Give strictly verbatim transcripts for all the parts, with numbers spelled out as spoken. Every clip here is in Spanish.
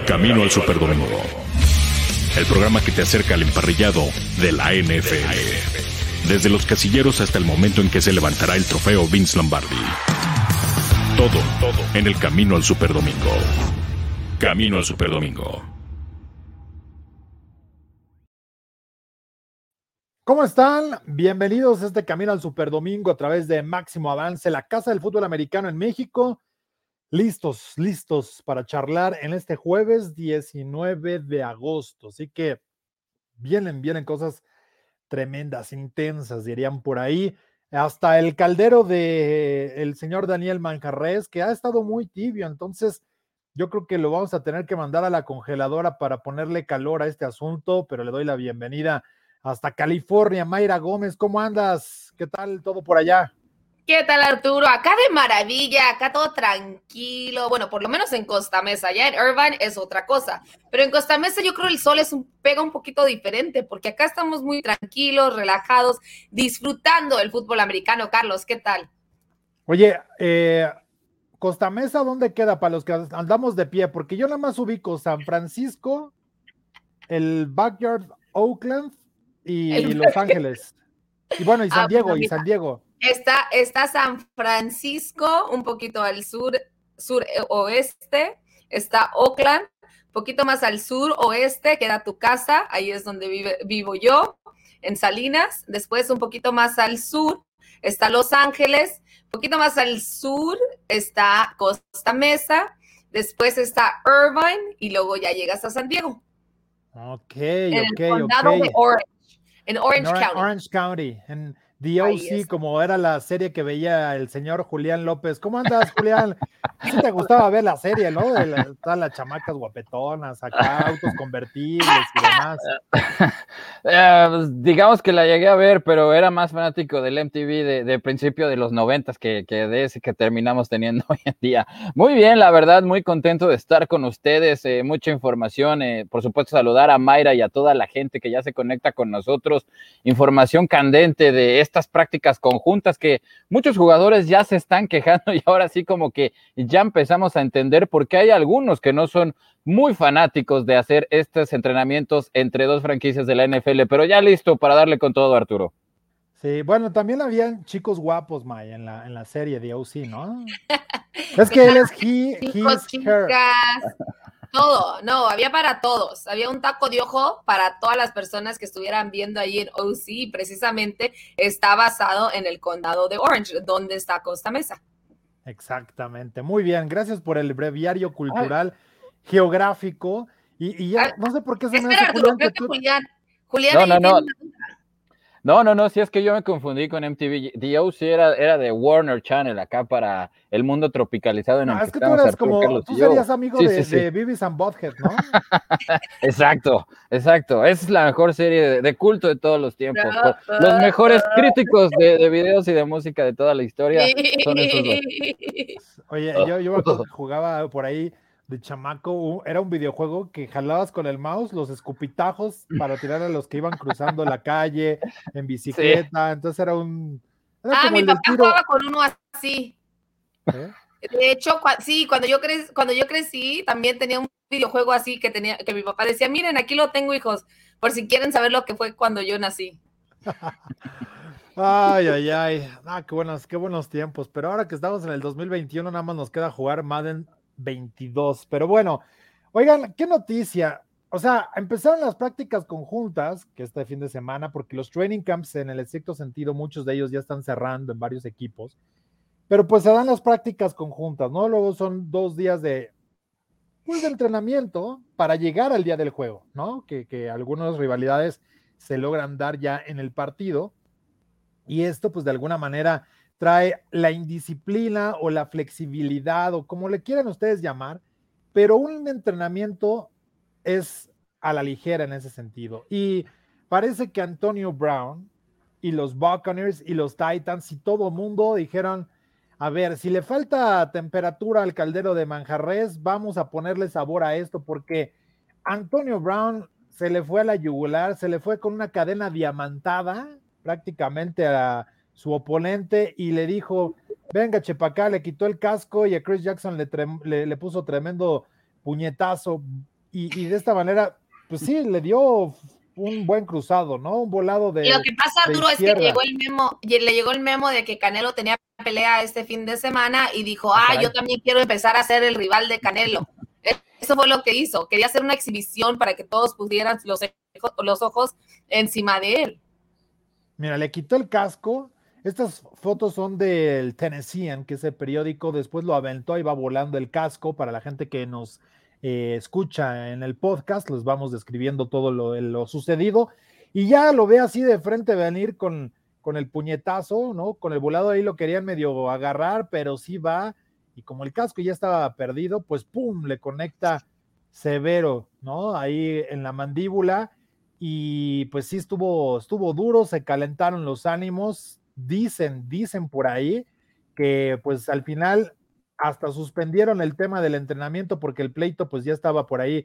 Camino al Superdomingo. El programa que te acerca al emparrillado de la N F L. Desde los casilleros hasta el momento en que se levantará el trofeo Vince Lombardi. Todo, todo en el Camino al Superdomingo. Camino al Superdomingo. ¿Cómo están? Bienvenidos a este Camino al Superdomingo a través de Máximo Avance, la casa del fútbol americano en México. Listos, listos para charlar en este jueves diecinueve de agosto. Así que vienen, vienen cosas tremendas, intensas, dirían por ahí. Hasta el caldero de el señor Daniel Manjarres, que ha estado muy tibio, entonces yo creo que lo vamos a tener que mandar a la congeladora para ponerle calor a este asunto, pero le doy la bienvenida hasta California. Mayra Gómez, ¿cómo andas? ¿Qué tal todo por allá? ¿Qué tal, Arturo? Acá de maravilla, acá todo tranquilo. Bueno, por lo menos en Costa Mesa. Ya en Irvine es otra cosa. Pero en Costa Mesa yo creo el sol es un, pega un poquito diferente, porque acá estamos muy tranquilos, relajados, disfrutando del fútbol americano. Carlos, ¿qué tal? Oye, eh, Costa Mesa, ¿dónde queda para los que andamos de pie? Porque yo nada más ubico San Francisco, el Backyard Oakland y el... Los Ángeles. Y bueno, y San ah, Diego, bueno, y San Diego. Está, está San Francisco, un poquito al sur, sur-oeste, está Oakland, un poquito más al sur-oeste, queda tu casa, ahí es donde vive, vivo yo, en Salinas. Después un poquito más al sur está Los Ángeles, un poquito más al sur está Costa Mesa, después está Irvine y luego ya llegas a San Diego. Ok, en ok, el condado ok. de Orange, en Orange en Orange County. Orange County, en The O C, como era la serie que veía el señor Julián López. ¿Cómo andas, Julián? Sí te gustaba ver la serie, ¿no? De la, todas las chamacas guapetonas, acá, autos convertibles y demás. Eh, pues, digamos que la llegué a ver, pero era más fanático del M T V de, de principio de los noventas que, que de ese que terminamos teniendo hoy en día. Muy bien, la verdad, muy contento de estar con ustedes, eh, mucha información, eh, por supuesto saludar a Mayra y a toda la gente que ya se conecta con nosotros, información candente de estas prácticas conjuntas que muchos jugadores ya se están quejando y ahora sí como que ya empezamos a entender por qué hay algunos que no son muy fanáticos de hacer estos entrenamientos entre dos franquicias de la N F L, pero ya listo para darle con todo, Arturo. Sí, bueno, también habían chicos guapos, May, en la, en la serie de O C, ¿no? Es que él es he, chicos, he's, her. Todo, no, había para todos, había un taco de ojo para todas las personas que estuvieran viendo ahí en O C, y precisamente está basado en el condado de Orange, donde está Costa Mesa. Exactamente, muy bien, gracias por el breviario cultural, Ay. geográfico, y, y ya, Ay, no sé por qué se espera, me hace, Arturo, Julián, creo que que tú... Julián, Julián no, no, no. Tiene... No, no, no, si es que yo me confundí con M T V. The O C era, era de Warner Channel acá para el mundo tropicalizado en no, el que es que estamos, tú eres Arturo, como, Carlos tú y yo. serías amigo sí, de, sí, sí. de Beavis and Butthead, ¿no? Exacto, exacto. Esa es la mejor serie de, de culto de todos los tiempos. Por, los mejores críticos de, de videos y de música de toda la historia son esos dos. Oye, yo, yo me acuerdo que jugaba por ahí de chamaco, era un videojuego que jalabas con el mouse los escupitajos para tirar a los que iban cruzando la calle en bicicleta, sí. Entonces era un... Era ah, como mi el papá tiro... jugaba con uno así. ¿Eh? De hecho, cu sí, cuando yo, cre cuando yo crecí, también tenía un videojuego así que, tenía, que mi papá decía, miren, aquí lo tengo, hijos, por si quieren saber lo que fue cuando yo nací. Ay, ay, ay, ah, qué buenos, qué buenos tiempos, pero ahora que estamos en el dos mil veintiuno, nada más nos queda jugar Madden veintidós, pero bueno, oigan, qué noticia, o sea, empezaron las prácticas conjuntas, que este fin de semana, porque los training camps en el estricto sentido, muchos de ellos ya están cerrando en varios equipos, pero pues se dan las prácticas conjuntas, ¿no? Luego son dos días de, pues, de entrenamiento para llegar al día del juego, ¿no? Que, que algunas rivalidades se logran dar ya en el partido. Y esto, pues, de alguna manera trae la indisciplina o la flexibilidad o como le quieran ustedes llamar, pero un entrenamiento es a la ligera en ese sentido. Y parece que Antonio Brown y los Buccaneers y los Titans y todo el mundo dijeron, a ver, si le falta temperatura al caldero de Manjarres, vamos a ponerle sabor a esto, porque Antonio Brown se le fue a la yugular, se le fue con una cadena diamantada prácticamente a su oponente y le dijo, venga chepacá, le quitó el casco y a Chris Jackson le, le, le puso tremendo puñetazo, y, y de esta manera, pues sí, le dio un buen cruzado, ¿no? Un volado de. Lo que pasa, Arturo, es que llegó el memo, le llegó el memo de que Canelo tenía pelea este fin de semana y dijo, ah, yo también quiero empezar a ser el rival de Canelo. Eso fue lo que hizo. Quería hacer una exhibición para que todos pusieran los, los ojos encima de él. Mira, le quitó el casco. Estas fotos son del Tennessean, que es el periódico. Después lo aventó y va volando el casco. Para la gente que nos eh, escucha en el podcast, les vamos describiendo todo lo, lo sucedido. Y ya lo ve así de frente venir con, con el puñetazo, ¿no? Con el volado ahí lo querían medio agarrar, pero sí va. Y como el casco ya estaba perdido, pues ¡pum! Le conecta severo, ¿no? Ahí en la mandíbula. Y pues sí estuvo, estuvo duro, se calentaron los ánimos. Dicen, dicen por ahí que pues al final hasta suspendieron el tema del entrenamiento porque el pleito pues ya estaba por ahí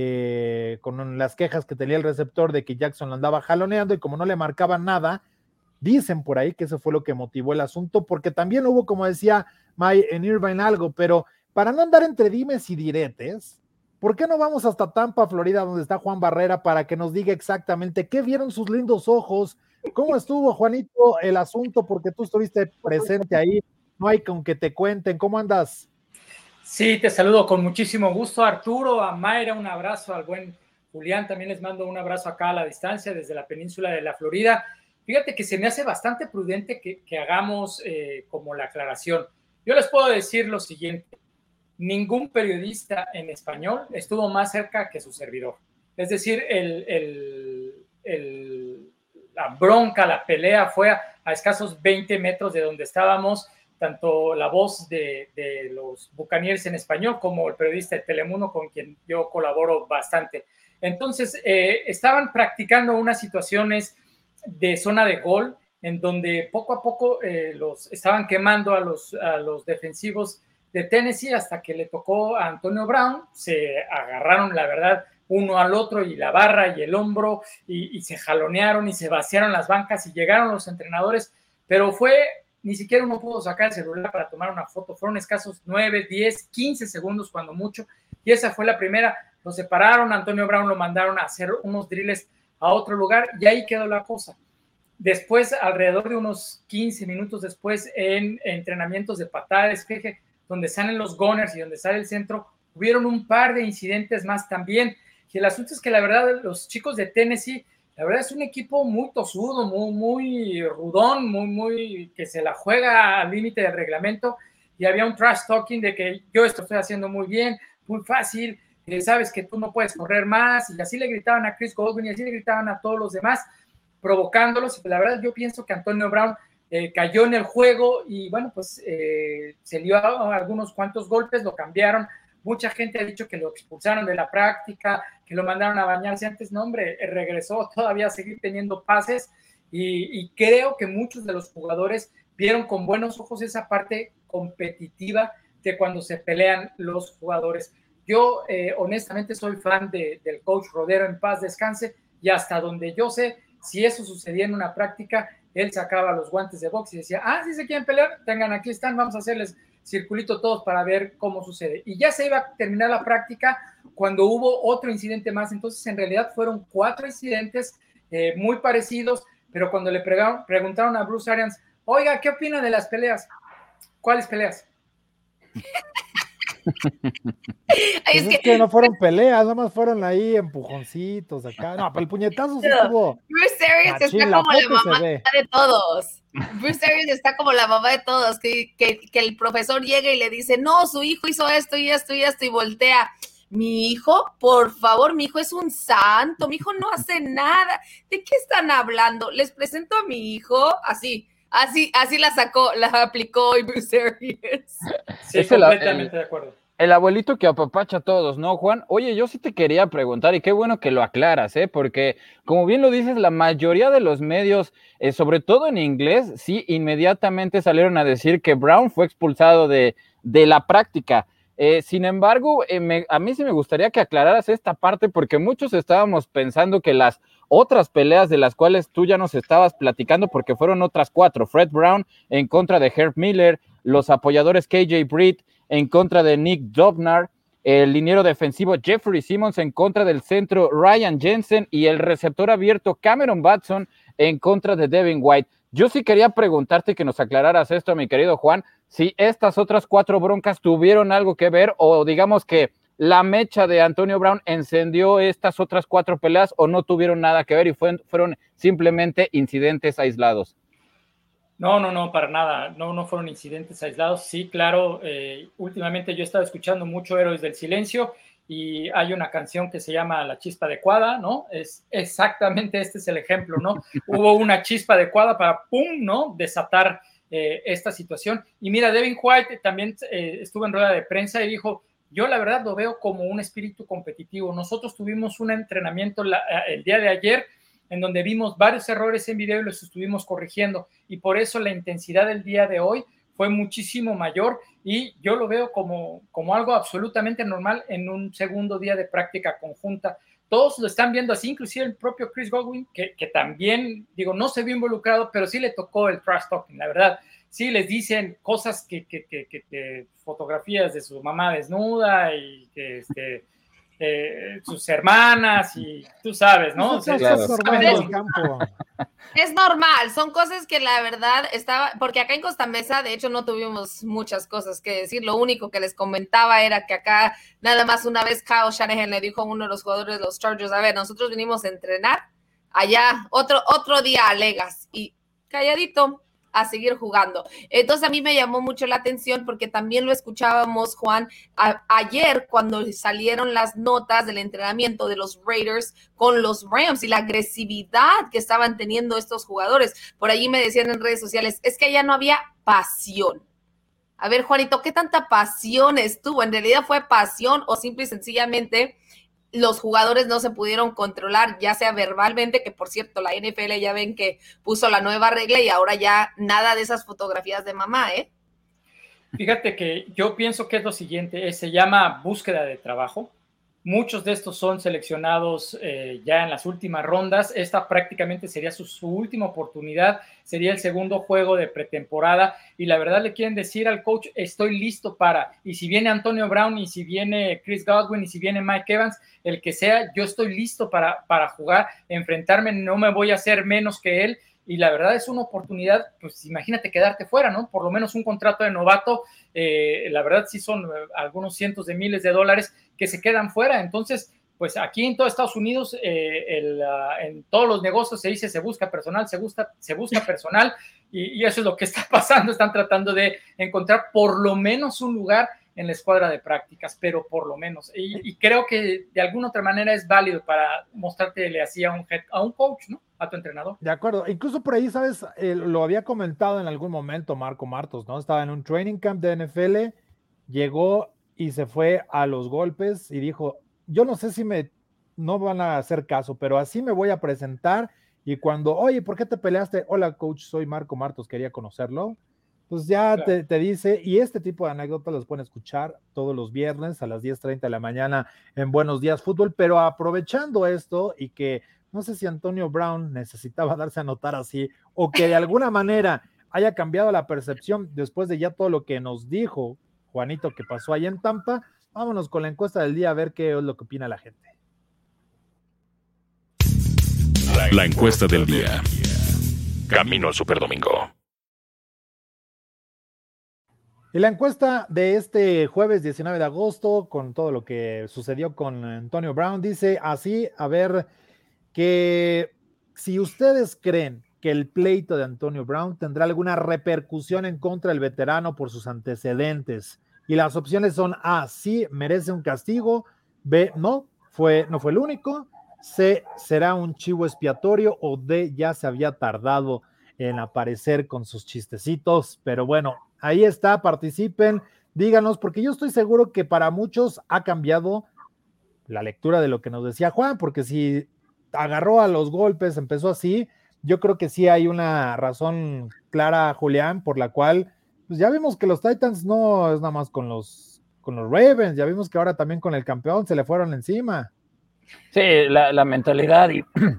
eh, con las quejas que tenía el receptor de que Jackson lo andaba jaloneando y como no le marcaban nada, dicen por ahí que eso fue lo que motivó el asunto, porque también hubo, como decía May, en Irvine algo, pero para no andar entre dimes y diretes, ¿por qué no vamos hasta Tampa, Florida, donde está Juan Barrera, para que nos diga exactamente qué vieron sus lindos ojos? ¿Cómo estuvo, Juanito, el asunto? Porque tú estuviste presente ahí, no hay con que te cuenten. ¿Cómo andas? Sí, te saludo con muchísimo gusto, Arturo, a Mayra, un abrazo, al buen Julián, también les mando un abrazo acá a la distancia desde la península de la Florida. Fíjate que se me hace bastante prudente que, que hagamos eh, como la aclaración. Yo les puedo decir lo siguiente, ningún periodista en español estuvo más cerca que su servidor. Es decir, el, el, el, la bronca, la pelea fue a, a escasos veinte metros de donde estábamos, tanto la voz de, de los Buccaneers en español como el periodista de Telemundo con quien yo colaboro bastante. Entonces, eh, estaban practicando unas situaciones de zona de gol en donde poco a poco eh, los estaban quemando a los, a los defensivos de Tennessee hasta que le tocó a Antonio Brown. Se agarraron, la verdad, uno al otro y la barra y el hombro y, y se jalonearon y se vaciaron las bancas y llegaron los entrenadores, pero fue, ni siquiera uno pudo sacar el celular para tomar una foto, fueron escasos nueve, diez, quince segundos cuando mucho, y esa fue la primera. Lo separaron, a Antonio Brown lo mandaron a hacer unos drills a otro lugar y ahí quedó la cosa. Después, alrededor de unos quince minutos después, en entrenamientos de patada de despeje, donde salen los gunners y donde sale el centro, hubieron un par de incidentes más también. Y el asunto es que la verdad, los chicos de Tennessee, la verdad es un equipo muy tosudo, muy, muy rudón, muy, muy, que se la juega al límite del reglamento. Y había un trash talking de que yo esto estoy haciendo muy bien, muy fácil, eh, sabes que tú no puedes correr más. Y así le gritaban a Chris Godwin y así le gritaban a todos los demás, provocándolos. Y la verdad yo pienso que Antonio Brown eh, cayó en el juego y bueno, pues eh, se dio a algunos cuantos golpes, lo cambiaron. Mucha gente ha dicho que lo expulsaron de la práctica, que lo mandaron a bañarse antes. No, hombre, regresó todavía a seguir teniendo pases y, y creo que muchos de los jugadores vieron con buenos ojos esa parte competitiva de cuando se pelean los jugadores. Yo eh, honestamente soy fan de, del coach Rodero, en paz descanse, y hasta donde yo sé, si eso sucedía en una práctica, él sacaba los guantes de box y decía, ah, si se quieren pelear, tengan, aquí están, vamos a hacerles circulito todos para ver cómo sucede. Y ya se iba a terminar la práctica cuando hubo otro incidente más. Entonces, en realidad fueron cuatro incidentes eh, muy parecidos, pero cuando le preguntaron, preguntaron a Bruce Arians, oiga, ¿qué opina de las peleas? ¿Cuáles peleas? Ay, es, pues que... es que no fueron peleas, nada más fueron ahí empujoncitos acá. No, pero el puñetazo sí estuvo. Bruce Arians está como la mamá de todos. Bruce Arians está como la mamá de todos, que, que, que el profesor llega y le dice, no, su hijo hizo esto y esto y esto, y voltea. Mi hijo, por favor, mi hijo es un santo, mi hijo no hace nada. ¿De qué están hablando? Les presento a mi hijo, así. Así, así la sacó, la aplicó y Bruce Arians. Sí, es completamente el, de acuerdo. El abuelito que apapacha a todos, ¿no, Juan? Oye, yo sí te quería preguntar, y qué bueno que lo aclaras, ¿eh? Porque, como bien lo dices, la mayoría de los medios, eh, sobre todo en inglés, sí, inmediatamente salieron a decir que Brown fue expulsado de, de la práctica. Eh, sin embargo, eh, me, a mí sí me gustaría que aclararas esta parte, porque muchos estábamos pensando que las otras peleas de las cuales tú ya nos estabas platicando, porque fueron otras cuatro, Fred Brown en contra de Herb Miller, los apoyadores K J Britt en contra de Nick Dobnar, el liniero defensivo Jeffrey Simmons en contra del centro Ryan Jensen y el receptor abierto Cameron Batson en contra de Devin White. Yo sí quería preguntarte que nos aclararas esto, mi querido Juan, si estas otras cuatro broncas tuvieron algo que ver o digamos que la mecha de Antonio Brown encendió estas otras cuatro peleas o no tuvieron nada que ver y fueron, fueron simplemente incidentes aislados. No, no, no, para nada, no, no fueron incidentes aislados. Sí, claro, eh, últimamente yo he estado escuchando mucho Héroes del Silencio y hay una canción que se llama La Chispa Adecuada, ¿no? Es exactamente este es el ejemplo, ¿no? Hubo una chispa adecuada para, ¡pum!, ¿no? Desatar eh, esta situación. Y mira, Devin White también eh, estuvo en rueda de prensa y dijo, yo la verdad lo veo como un espíritu competitivo. Nosotros tuvimos un entrenamiento la, el día de ayer en donde vimos varios errores en video y los estuvimos corrigiendo y por eso la intensidad del día de hoy fue muchísimo mayor y yo lo veo como, como algo absolutamente normal en un segundo día de práctica conjunta. Todos lo están viendo así, inclusive el propio Chris Godwin, que, que también, digo, no se vio involucrado, pero sí le tocó el trash talking, la verdad. Sí, les dicen cosas que, que, que, que, que fotografías de su mamá desnuda y que este, eh, sus hermanas y tú sabes, ¿no? O sea, claro. es normal en el campo. Es normal, son cosas que la verdad estaba, porque acá en Costa Mesa de hecho no tuvimos muchas cosas que decir, lo único que les comentaba era que acá nada más una vez Kyle Shanahan le dijo a uno de los jugadores de los Chargers, a ver, nosotros vinimos a entrenar, allá otro, otro día a Legas y calladito a seguir jugando. Entonces a mí me llamó mucho la atención porque también lo escuchábamos, Juan, a, ayer cuando salieron las notas del entrenamiento de los Raiders con los Rams y la agresividad que estaban teniendo estos jugadores. Por allí me decían en redes sociales, es que allá no había pasión. A ver, Juanito, ¿qué tanta pasión estuvo? ¿En realidad fue pasión o simple y sencillamente los jugadores no se pudieron controlar, ya sea verbalmente, que por cierto la N F L ya ven que puso la nueva regla y ahora ya nada de esas fotografías de mamá, ¿eh? Fíjate que yo pienso que es lo siguiente, se llama búsqueda de trabajo. Muchos de estos son seleccionados eh, ya en las últimas rondas. Esta prácticamente sería su, su última oportunidad, sería el segundo juego de pretemporada y la verdad le quieren decir al coach, estoy listo para, y si viene Antonio Brown y si viene Chris Godwin y si viene Mike Evans, el que sea, yo estoy listo para, para jugar, enfrentarme, no me voy a hacer menos que él. Y la verdad es una oportunidad, pues imagínate quedarte fuera, ¿no? Por lo menos un contrato de novato, eh, la verdad sí son eh, algunos cientos de miles de dólares que se quedan fuera. Entonces, pues aquí en todo Estados Unidos, eh, el, uh, en todos los negocios se dice se busca personal, se busca, se busca personal y, y eso es lo que está pasando. Están tratando de encontrar por lo menos un lugar en la escuadra de prácticas, pero por lo menos. Y, y creo que de alguna otra manera es válido para mostrarte así a un, head, a un coach, ¿no? A tu entrenador. De acuerdo. Incluso por ahí, ¿sabes? Eh, lo había comentado en algún momento Marco Martos, ¿no? Estaba en un training camp de N F L, llegó y se fue a los golpes y dijo, yo no sé si me no van a hacer caso, pero así me voy a presentar y cuando, oye, ¿por qué te peleaste? Hola, coach, soy Marco Martos, quería conocerlo. Pues ya claro. te, te dice, y este tipo de anécdotas las pueden escuchar todos los viernes a las diez treinta de la mañana en Buenos Días Fútbol, pero aprovechando esto y que no sé si Antonio Brown necesitaba darse a notar así o que de alguna manera haya cambiado la percepción después de ya todo lo que nos dijo Juanito que pasó ahí en Tampa. Vámonos con la encuesta del día a ver qué es lo que opina la gente. La encuesta del día. Camino al Superdomingo. Y la encuesta de este jueves diecinueve de agosto, con todo lo que sucedió con Antonio Brown, dice así, a ver, que si ustedes creen que el pleito de Antonio Brown tendrá alguna repercusión en contra del veterano por sus antecedentes. Y las opciones son A, sí, merece un castigo, B, no, fue, no fue el único, C, será un chivo expiatorio o D, ya se había tardado en aparecer con sus chistecitos. Pero bueno, ahí está, participen, díganos, porque yo estoy seguro que para muchos ha cambiado la lectura de lo que nos decía Juan, porque si agarró a los golpes, empezó así, yo creo que sí hay una razón clara, Julián, por la cual pues ya vimos que los Titans no es nada más con los, con los Ravens, ya vimos que ahora también con el campeón se le fueron encima. Sí, la, la mentalidad y,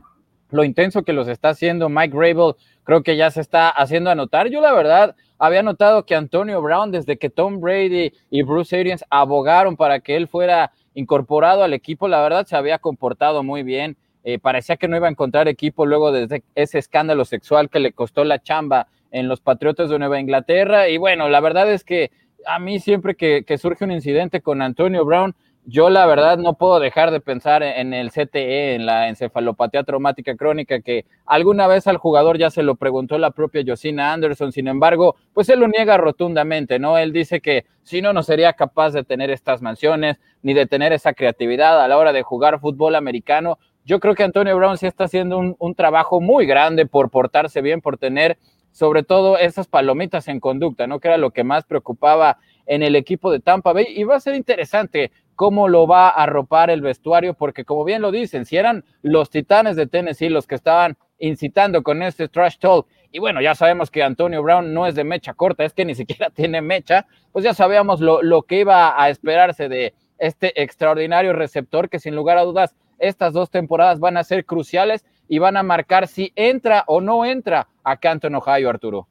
lo intenso que los está haciendo Mike Vrabel, creo que ya se está haciendo anotar. Yo la verdad había notado que Antonio Brown, desde que Tom Brady y Bruce Arians abogaron para que él fuera incorporado al equipo, la verdad se había comportado muy bien. Eh, parecía que no iba a encontrar equipo luego de ese escándalo sexual que le costó la chamba en los Patriotas de Nueva Inglaterra. Y bueno, la verdad es que a mí siempre que, que surge un incidente con Antonio Brown, yo la verdad no puedo dejar de pensar en el C T E, en la encefalopatía traumática crónica, que alguna vez al jugador ya se lo preguntó la propia Josina Anderson. Sin embargo, pues él lo niega rotundamente, ¿no? Él dice que si no, no sería capaz de tener estas mansiones, ni de tener esa creatividad a la hora de jugar fútbol americano. Yo creo que Antonio Brown sí está haciendo un, un trabajo muy grande por portarse bien, por tener sobre todo esas palomitas en conducta, ¿no? Que era lo que más preocupaba en el equipo de Tampa Bay, y va a ser interesante cómo lo va a arropar el vestuario, porque como bien lo dicen, si eran los Titanes de Tennessee los que estaban incitando con este trash talk, y bueno, ya sabemos que Antonio Brown no es de mecha corta, es que ni siquiera tiene mecha, pues ya sabíamos lo, lo que iba a esperarse de este extraordinario receptor, que sin lugar a dudas estas dos temporadas van a ser cruciales y van a marcar si entra o no entra a Canton, Ohio, Arturo.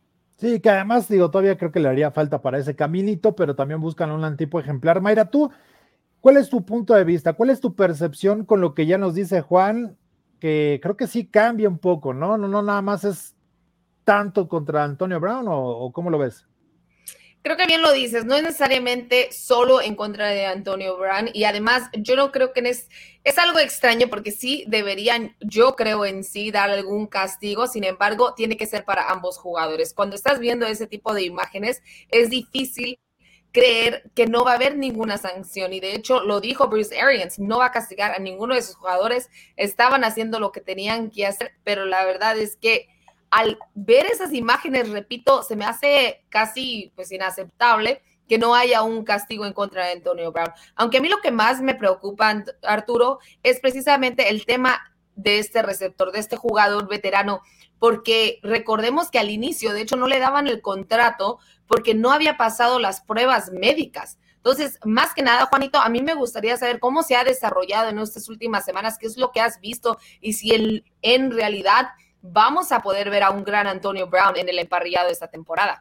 Sí, que además, digo, todavía creo que le haría falta para ese caminito, pero también buscan un tipo ejemplar. Mayra, tú, ¿cuál es tu punto de vista? ¿Cuál es tu percepción con lo que ya nos dice Juan? Que creo que sí cambia un poco, ¿no? No, no nada más es tanto contra Antonio Brown, ¿o, o cómo lo ves? Creo que bien lo dices, no es necesariamente solo en contra de Antonio Brown, y además yo no creo que es, es algo extraño, porque sí deberían, yo creo en sí, dar algún castigo. Sin embargo, tiene que ser para ambos jugadores. Cuando estás viendo ese tipo de imágenes, es difícil creer que no va a haber ninguna sanción, y de hecho lo dijo Bruce Arians, no va a castigar a ninguno de sus jugadores, estaban haciendo lo que tenían que hacer, pero la verdad es que al ver esas imágenes, repito, se me hace casi pues inaceptable que no haya un castigo en contra de Antonio Brown. Aunque a mí lo que más me preocupa, Arturo, es precisamente el tema de este receptor, de este jugador veterano, porque recordemos que al inicio, de hecho, no le daban el contrato porque no había pasado las pruebas médicas. Entonces, más que nada, Juanito, a mí me gustaría saber cómo se ha desarrollado en estas últimas semanas, qué es lo que has visto y si el, en realidad vamos a poder ver a un gran Antonio Brown en el emparrillado de esta temporada.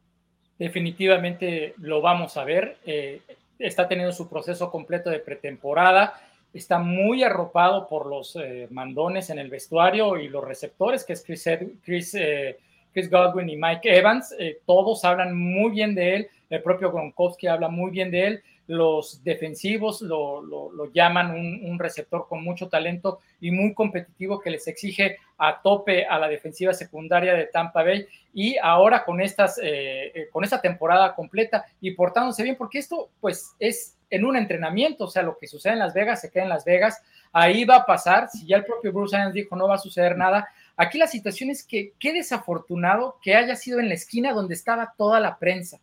Definitivamente lo vamos a ver. Eh, está teniendo su proceso completo de pretemporada. Está muy arropado por los eh, mandones en el vestuario y los receptores, que es Chris, Ed, Chris, eh, Chris Godwin y Mike Evans. Eh, todos hablan muy bien de él. El propio Gronkowski habla muy bien de él. Los defensivos lo, lo, lo llaman un, un receptor con mucho talento y muy competitivo, que les exige a tope a la defensiva secundaria de Tampa Bay, y ahora con estas eh, con esta temporada completa y portándose bien, porque esto pues es en un entrenamiento, o sea, lo que sucede en Las Vegas se queda en Las Vegas, ahí va a pasar. Si ya el propio Bruce Arians dijo no va a suceder nada, aquí la situación es que qué desafortunado que haya sido en la esquina donde estaba toda la prensa.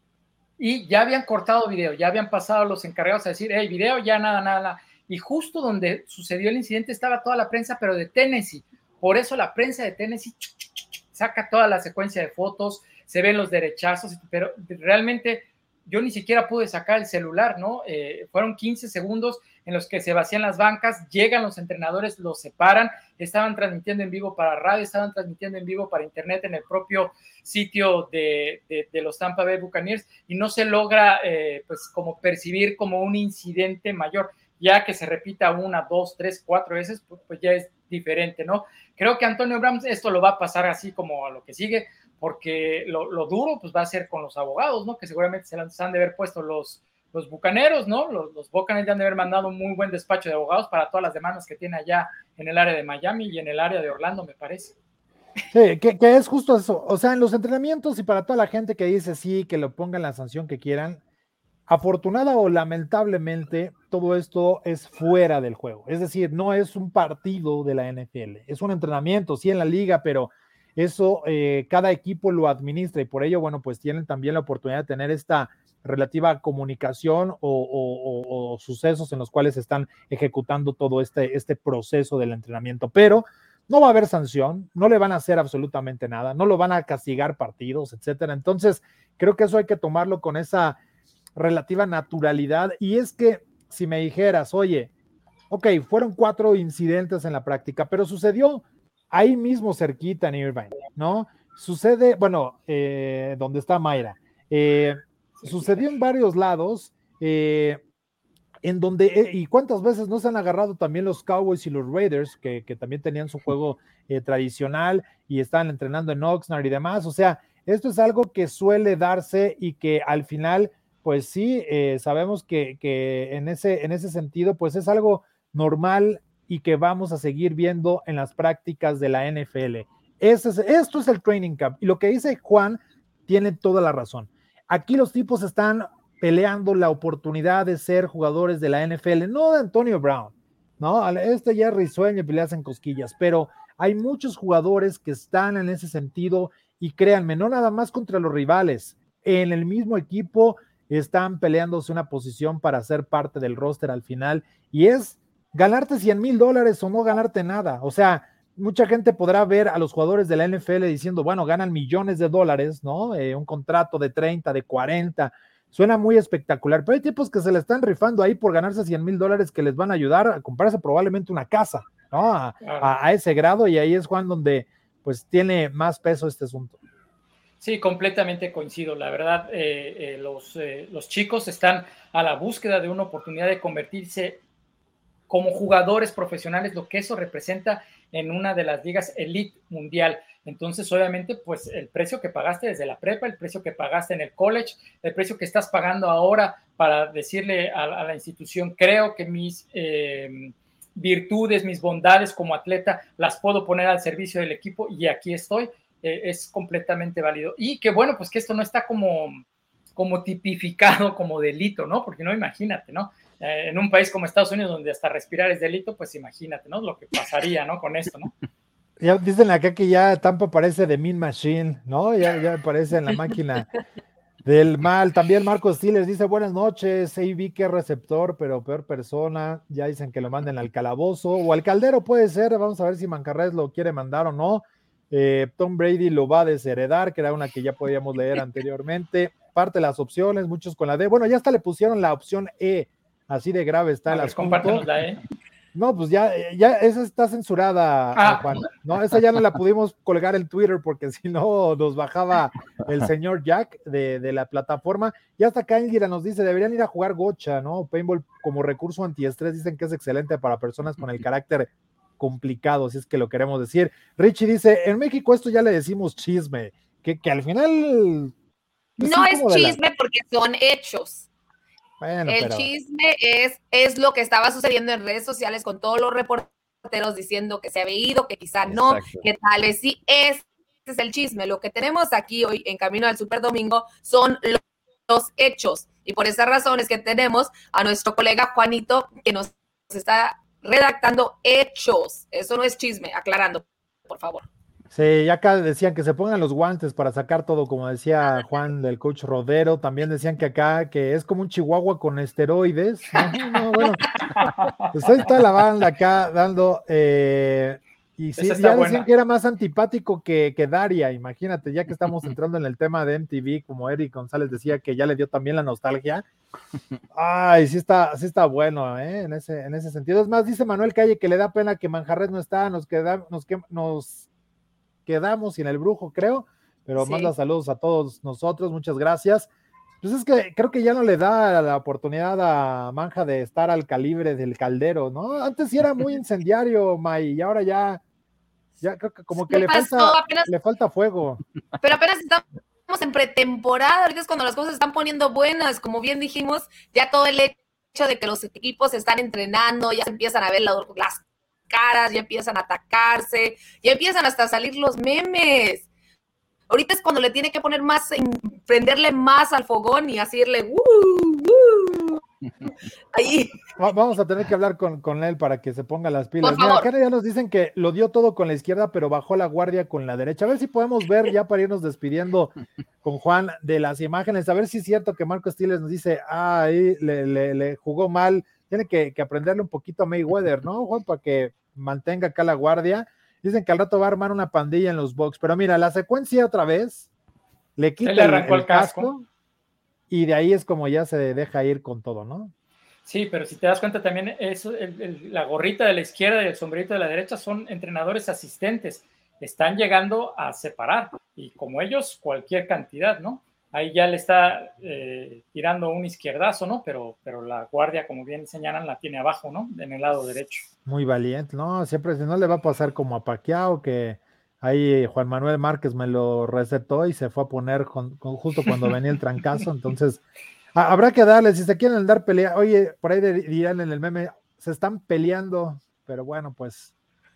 Y ya habían cortado video, ya habían pasado los encargados a decir, hey, video, ya nada, nada. Y justo donde sucedió el incidente estaba toda la prensa, pero de Tennessee. Por eso la prensa de Tennessee chuc, chuc, chuc, saca toda la secuencia de fotos, se ven los derechazos, pero realmente yo ni siquiera pude sacar el celular, ¿no? Eh, fueron quince segundos en los que se vacían las bancas, llegan los entrenadores, los separan, estaban transmitiendo en vivo para radio, estaban transmitiendo en vivo para internet en el propio sitio de, de, de los Tampa Bay Buccaneers, y no se logra eh, pues como percibir como un incidente mayor. Ya que se repita una, dos, tres, cuatro veces, pues, pues ya es diferente, ¿no? Creo que Antonio Brown esto lo va a pasar así como a lo que sigue, porque lo, lo duro pues va a ser con los abogados, ¿no? Que seguramente se les han de haber puesto los, los bucaneros, ¿no? Los, los Buccaneers han de haber mandado un muy buen despacho de abogados para todas las demandas que tiene allá en el área de Miami y en el área de Orlando, me parece. Sí, que, que es justo eso. O sea, en los entrenamientos, y para toda la gente que dice sí, que lo pongan la sanción que quieran, afortunada o lamentablemente, todo esto es fuera del juego. Es decir, no es un partido de la N F L, es un entrenamiento, sí, en la liga, pero eso eh, cada equipo lo administra, y por ello, bueno, pues tienen también la oportunidad de tener esta relativa comunicación o, o, o, o sucesos en los cuales están ejecutando todo este, este proceso del entrenamiento. Pero no va a haber sanción, no le van a hacer absolutamente nada, no lo van a castigar partidos, etcétera. Entonces, creo que eso hay que tomarlo con esa relativa naturalidad. Y es que si me dijeras, oye, ok, fueron cuatro incidentes en la práctica, pero sucedió ahí mismo cerquita en Irvine, ¿no? Sucede, bueno, eh, donde está Mayra, eh, sucedió en varios lados, eh, en donde, eh, y cuántas veces no se han agarrado también los Cowboys y los Raiders, que, que también tenían su juego eh, tradicional y estaban entrenando en Oxnard y demás, o sea, esto es algo que suele darse y que al final, pues sí, eh, sabemos que, que en, ese, en ese sentido, pues es algo normal y que vamos a seguir viendo en las prácticas de la N F L. Este es, esto es el training camp, y lo que dice Juan tiene toda la razón. Aquí los tipos están peleando la oportunidad de ser jugadores de la N F L, no de Antonio Brown, ¿no? Este ya es risueño y le hacen cosquillas, pero hay muchos jugadores que están en ese sentido y créanme, no nada más contra los rivales, en el mismo equipo están peleándose una posición para ser parte del roster al final y es ganarte cien mil dólares o no ganarte nada, o sea, mucha gente podrá ver a los jugadores de la N F L diciendo, bueno, ganan millones de dólares, ¿no? Eh, un contrato de treinta, de cuarenta, suena muy espectacular, pero hay tipos que se le están rifando ahí por ganarse cien mil dólares que les van a ayudar a comprarse probablemente una casa, ¿no? A, a, a ese grado, y ahí es, Juan, donde pues tiene más peso este asunto. Sí, completamente coincido. La verdad, eh, eh, los, eh, los chicos están a la búsqueda de una oportunidad de convertirse como jugadores profesionales, lo que eso representa en una de las ligas elite mundial. Entonces, obviamente, pues el precio que pagaste desde la prepa, el precio que pagaste en el college, el precio que estás pagando ahora para decirle a, a la institución, creo que mis eh, virtudes, mis bondades como atleta, las puedo poner al servicio del equipo y aquí estoy, eh, es completamente válido. Y que bueno, pues que esto no está como, como tipificado como delito, ¿no? Porque no, imagínate, ¿no? Eh, en un país como Estados Unidos, donde hasta respirar es delito, pues imagínate, ¿no? Lo que pasaría, ¿no? Con esto, ¿no? Ya dicen acá que ya Tampa parece de Mean Machine, ¿no? Ya, ya parece en la máquina del mal. También Marcos Stiles dice, buenas noches, A B que receptor, pero peor persona. Ya dicen que lo manden al calabozo o al caldero, puede ser. Vamos a ver si Manjarres lo quiere mandar o no. Eh, Tom Brady lo va a desheredar, que era una que ya podíamos leer anteriormente. Parte de las opciones, muchos con la D. Bueno, ya hasta le pusieron la opción E. Así de grave está el asunto. Compártenos la E. No, pues ya, ya esa está censurada, ah. Juan. No, esa ya no la pudimos colgar en Twitter porque si no nos bajaba el señor Jack de, de la plataforma. Y hasta acá Indira nos dice, deberían ir a jugar gocha, ¿no? Paintball como recurso antiestrés, dicen que es excelente para personas con el carácter complicado, si es que lo queremos decir. Richie dice, en México esto ya le decimos chisme, que, que al final... Pues no es chisme la... porque son hechos. Bueno, el pero... chisme es, es lo que estaba sucediendo en redes sociales con todos los reporteros diciendo que se había ido, que quizá no, Exacto. que tal vez sí. Ese es el chisme. Lo que tenemos aquí hoy en Camino al Super Domingo son los, los hechos. Y por esa razón es que tenemos a nuestro colega Juanito que nos está redactando hechos. Eso no es chisme, aclarando, por favor. Sí, ya acá decían que se pongan los guantes para sacar todo, como decía Juan del coach Rodero. También decían que acá que es como un chihuahua con esteroides. No, no, bueno, pues ahí está la banda acá dando. Eh, y sí, ya decían buena. Que era más antipático que, que Daria. Imagínate, ya que estamos entrando en el tema de M T V, como Eric González decía que ya le dio también la nostalgia. Ay, sí está, sí está bueno, ¿eh? En ese, en ese sentido. Es más, dice Manuel Calle que le da pena que Manjarres no está, nos queda, nos, nos quedamos sin el brujo, creo, pero sí. Manda saludos a todos nosotros, muchas gracias. Pues es que creo que ya no le da la oportunidad a Manja de estar al calibre del Caldero, ¿no? Antes sí era muy incendiario, May, y ahora ya, ya creo que como que le falta, apenas, le falta fuego. Pero apenas estamos en pretemporada, ahorita es cuando las cosas se están poniendo buenas, como bien dijimos, ya todo el hecho de que los equipos están entrenando, ya se empiezan a ver las caras, ya empiezan a atacarse, ya empiezan hasta a salir los memes. Ahorita es cuando le tiene que poner más, prenderle más al fogón y decirle ¡uh! ¡uh! Ahí. Vamos a tener que hablar con, con él para que se ponga las pilas. Mira, acá ya nos dicen que lo dio todo con la izquierda, pero bajó la guardia con la derecha. A ver si podemos ver, ya para irnos despidiendo con Juan, de las imágenes, a ver si es cierto que Marco Stiles nos dice, ah, ahí le, le, le jugó mal. Tiene que, que aprenderle un poquito a Mayweather, ¿no, Juan? Para que mantenga acá la guardia. Dicen que al rato va a armar una pandilla en los box, pero mira, la secuencia otra vez, le quita le arrancó el, el, el casco. casco y de ahí es como ya se deja ir con todo, ¿no? Sí, pero si te das cuenta también, eso, el, el, la gorrita de la izquierda y el sombrerito de la derecha son entrenadores asistentes. Están llegando a separar y como ellos, cualquier cantidad, ¿no? Ahí ya le está eh, tirando un izquierdazo, ¿no? Pero, pero la guardia, como bien señalan, la tiene abajo, ¿no? En el lado derecho. Muy valiente, ¿no? Siempre no le va a pasar como a Pacquiao, que ahí Juan Manuel Márquez me lo recetó y se fue a poner con, con, justo cuando venía el trancazo, entonces a, habrá que darle, si se quieren dar pelea, oye, por ahí dirían en el meme, se están peleando, pero bueno, pues,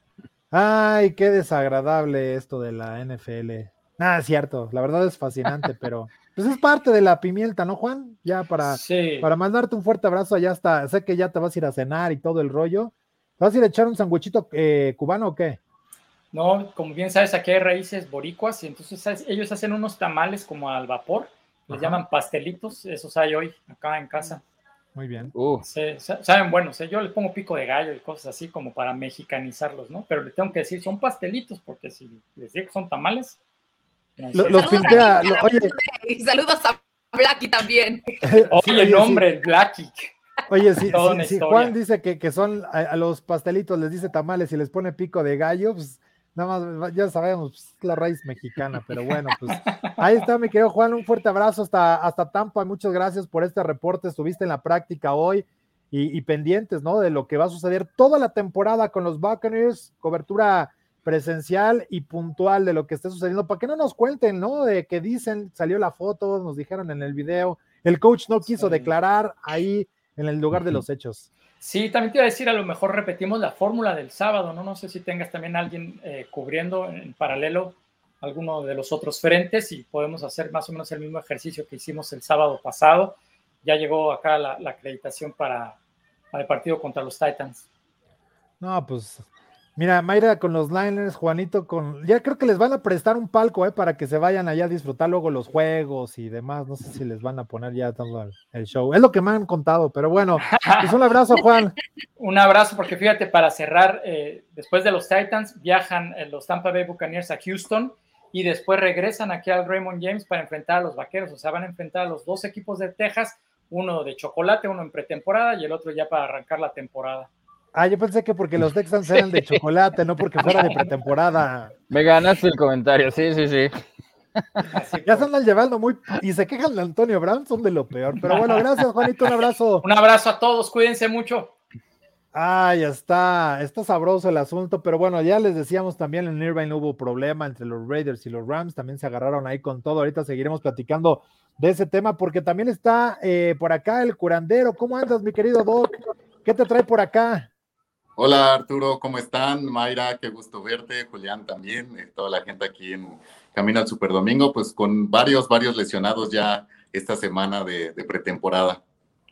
ay, qué desagradable esto de la N F L. Nada, es cierto, la verdad es fascinante, pero pues es parte de la pimienta, ¿no, Juan? Ya para, sí. para mandarte un fuerte abrazo, allá está, sé que ya te vas a ir a cenar y todo el rollo. ¿Te vas a ir a echar un sanguichito eh, cubano o qué? No, como bien sabes, aquí hay raíces boricuas y entonces ¿sabes? Ellos hacen unos tamales como al vapor, les Ajá. llaman pastelitos, esos hay hoy acá en casa. Muy bien. Uh. Se, saben buenos, ¿eh? Yo les pongo pico de gallo y cosas así como para mexicanizarlos, ¿no? Pero les tengo que decir, son pastelitos, porque si les digo que son tamales... No lo, los pintea, lo, oye. Y saludos a Blacky también. Oye, el nombre, sí. Blacky. Oye, si, si, si Juan dice que, que son a, a los pastelitos les dice tamales y les pone pico de gallo, pues nada más, ya sabemos, pues, la raíz mexicana, pero bueno, pues ahí está mi querido Juan, un fuerte abrazo hasta, hasta Tampa, muchas gracias por este reporte, estuviste en la práctica hoy y, y pendientes, ¿no? De lo que va a suceder toda la temporada con los Buccaneers, cobertura presencial y puntual de lo que esté sucediendo, para que no nos cuenten, ¿no? De que dicen, salió la foto, nos dijeron en el video, el coach no quiso sí. declarar ahí en el lugar de los hechos. Sí, también te iba a decir, a lo mejor repetimos la fórmula del sábado, ¿no? No sé si tengas también alguien eh, cubriendo en paralelo alguno de los otros frentes y podemos hacer más o menos el mismo ejercicio que hicimos el sábado pasado. Ya llegó acá la, la acreditación para, para el partido contra los Titans. No, pues... Mira, Mayra con los Niners, Juanito con... Ya creo que les van a prestar un palco, ¿eh? Para que se vayan allá a disfrutar luego los juegos y demás. No sé si les van a poner ya todo el, el show. Es lo que me han contado, pero bueno. Pues un abrazo, Juan. Un abrazo, porque fíjate, para cerrar, eh, después de los Titans, viajan eh, los Tampa Bay Buccaneers a Houston y después regresan aquí al Raymond James para enfrentar a los Vaqueros. O sea, van a enfrentar a los dos equipos de Texas, uno de chocolate, uno en pretemporada y el otro ya para arrancar la temporada. Ah, yo pensé que porque los Texans eran de chocolate, no porque fuera de pretemporada. Me ganaste el comentario, sí, sí, sí. Ya se andan llevando muy... Y se quejan de Antonio Brown, son de lo peor. Pero bueno, gracias, Juanito, un abrazo. Un abrazo a todos, cuídense mucho. Ah, ya está, está sabroso el asunto, pero bueno, ya les decíamos también en Irvine no hubo problema entre los Raiders y los Rams, también se agarraron ahí con todo. Ahorita seguiremos platicando de ese tema porque también está eh, por acá el curandero. ¿Cómo andas, mi querido Doc? ¿Qué te trae por acá? Hola Arturo, ¿cómo están? Mayra, qué gusto verte, Julián también, eh, toda la gente aquí en Camino al Superdomingo, pues con varios, varios lesionados ya esta semana de, de pretemporada.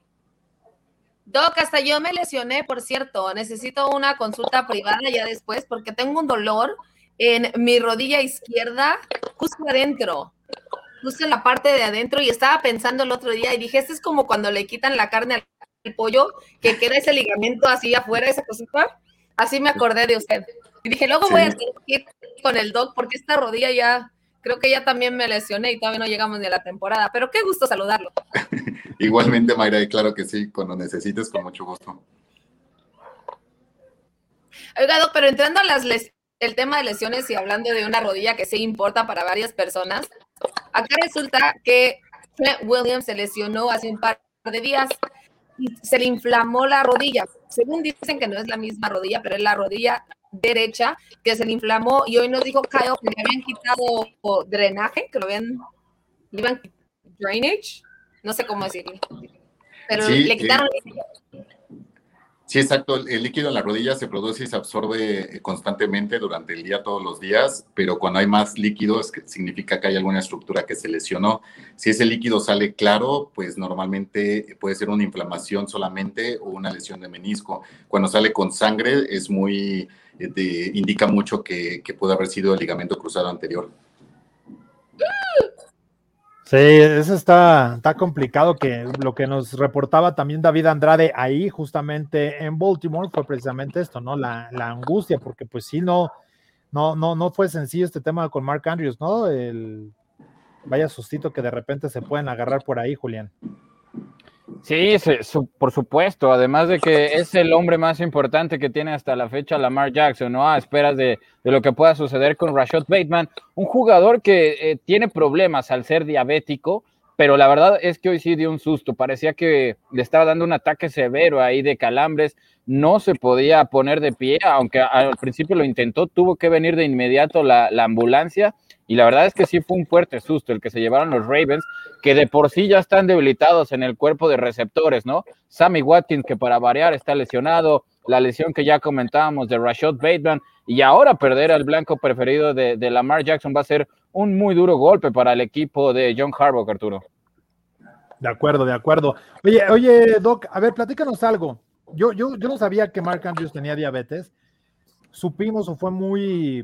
Doc, hasta yo me lesioné, por cierto, necesito una consulta privada ya después porque tengo un dolor en mi rodilla izquierda, justo adentro, justo en la parte de adentro y estaba pensando el otro día y dije, este es como cuando le quitan la carne al el pollo, que queda ese ligamento así afuera, esa cosita, así me acordé de usted. Y dije, luego sí. voy a tener que ir con el doc, porque esta rodilla ya, creo que ya también me lesioné y todavía no llegamos ni a la temporada, pero qué gusto saludarlo. Igualmente, Mayra, y claro que sí, cuando necesites, con mucho gusto. Oiga, doc, pero entrando a las les- el tema de lesiones y hablando de una rodilla que sí importa para varias personas, acá resulta que Trent Williams se lesionó hace un par de días, y se le inflamó la rodilla. Según dicen que no es la misma rodilla, pero es la rodilla derecha que se le inflamó y hoy nos dijo Kyle que le habían quitado drenaje, que lo habían, le iban drainage, no sé cómo decirlo, pero sí, le quitaron. Eh, sí, exacto. El, el líquido en la rodilla se produce y se absorbe constantemente durante el día, todos los días, pero cuando hay más líquido es que significa que hay alguna estructura que se lesionó. Si ese líquido sale claro, pues normalmente puede ser una inflamación solamente o una lesión de menisco. Cuando sale con sangre es muy, de, indica mucho que, que puede haber sido el ligamento cruzado anterior. Sí, eso está, está complicado, que lo que nos reportaba también David Andrade ahí justamente en Baltimore fue precisamente esto, ¿no? La, la angustia, porque pues sí, no, no, no, no fue sencillo este tema con Mark Andrews, ¿no? El vaya sustito que de repente se pueden agarrar por ahí, Julián. Sí, sí, su, por supuesto, además de que es el hombre más importante que tiene hasta la fecha Lamar Jackson, ¿no? A esperas de, de lo que pueda suceder con Rashad Bateman, un jugador que eh, tiene problemas al ser diabético, pero la verdad es que hoy sí dio un susto, parecía que le estaba dando un ataque severo ahí de calambres, no se podía poner de pie, aunque al principio lo intentó, tuvo que venir de inmediato la, la ambulancia, y la verdad es que sí fue un fuerte susto el que se llevaron los Ravens, que de por sí ya están debilitados en el cuerpo de receptores, ¿no? Sammy Watkins, que para variar está lesionado, la lesión que ya comentábamos de Rashad Bateman, y ahora perder al blanco preferido de, de Lamar Jackson va a ser un muy duro golpe para el equipo de John Harbaugh, Arturo. De acuerdo, de acuerdo. Oye, oye, Doc, a ver, platícanos algo. Yo, yo, yo no sabía que Mark Andrews tenía diabetes. Supimos o fue muy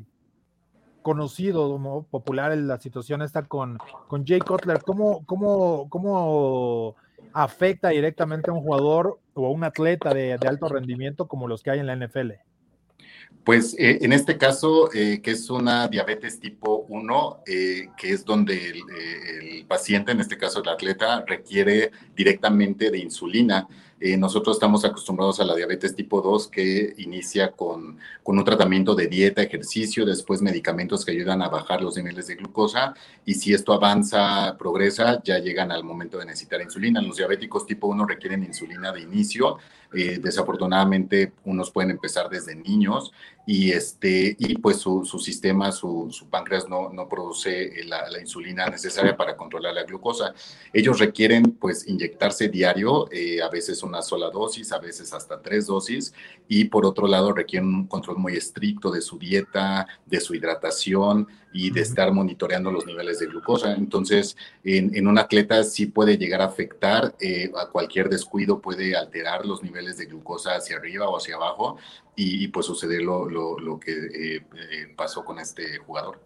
conocido, ¿no? Popular en la situación esta con, con Jay Cutler. ¿Cómo, cómo, cómo afecta directamente a un jugador o a un atleta de, de alto rendimiento como los que hay en la N F L? Pues eh, en este caso, eh, que es una diabetes tipo uno, eh, que es donde el, eh, el paciente, en este caso el atleta, requiere directamente de insulina. Eh, nosotros estamos acostumbrados a la diabetes tipo dos, que inicia con, con un tratamiento de dieta, ejercicio, después medicamentos que ayudan a bajar los niveles de glucosa, y si esto avanza, progresa, ya llegan al momento de necesitar insulina. Los diabéticos tipo uno requieren insulina de inicio. Eh, desafortunadamente, unos pueden empezar desde niños, y este y pues su, su sistema, su, su páncreas no, no produce la, la insulina necesaria para controlar la glucosa. Ellos requieren pues inyectarse diario, eh, a veces una sola dosis, a veces hasta tres dosis, y por otro lado requieren un control muy estricto de su dieta, de su hidratación y de estar monitoreando los niveles de glucosa. Entonces, en, en un atleta sí puede llegar a afectar, eh, a cualquier descuido puede alterar los niveles de glucosa hacia arriba o hacia abajo, y, y pues suceder lo, lo, lo que eh, eh, pasó con este jugador.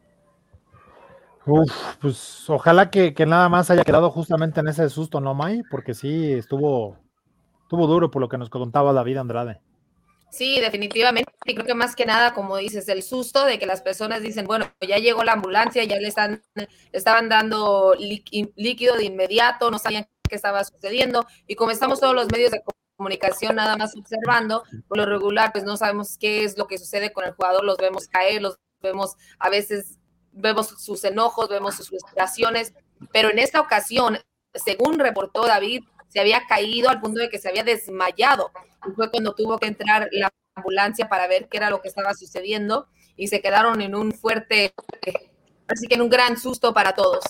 Uf, pues ojalá que, que nada más haya quedado justamente en ese susto, ¿no, May? Porque sí, estuvo, estuvo duro por lo que nos contaba David Andrade. Sí, definitivamente. Y creo que más que nada, como dices, el susto de que las personas dicen, bueno, ya llegó la ambulancia, ya le están, le estaban dando líquido de inmediato, no sabían qué estaba sucediendo. Y como estamos todos los medios de comunicación nada más observando, por lo regular, pues no sabemos qué es lo que sucede con el jugador, los vemos caer, los vemos a veces, vemos sus enojos, vemos sus frustraciones, pero en esta ocasión, según reportó David, se había caído al punto de que se había desmayado, y fue cuando tuvo que entrar la ambulancia para ver qué era lo que estaba sucediendo, y se quedaron en un fuerte, así que en un gran susto para todos.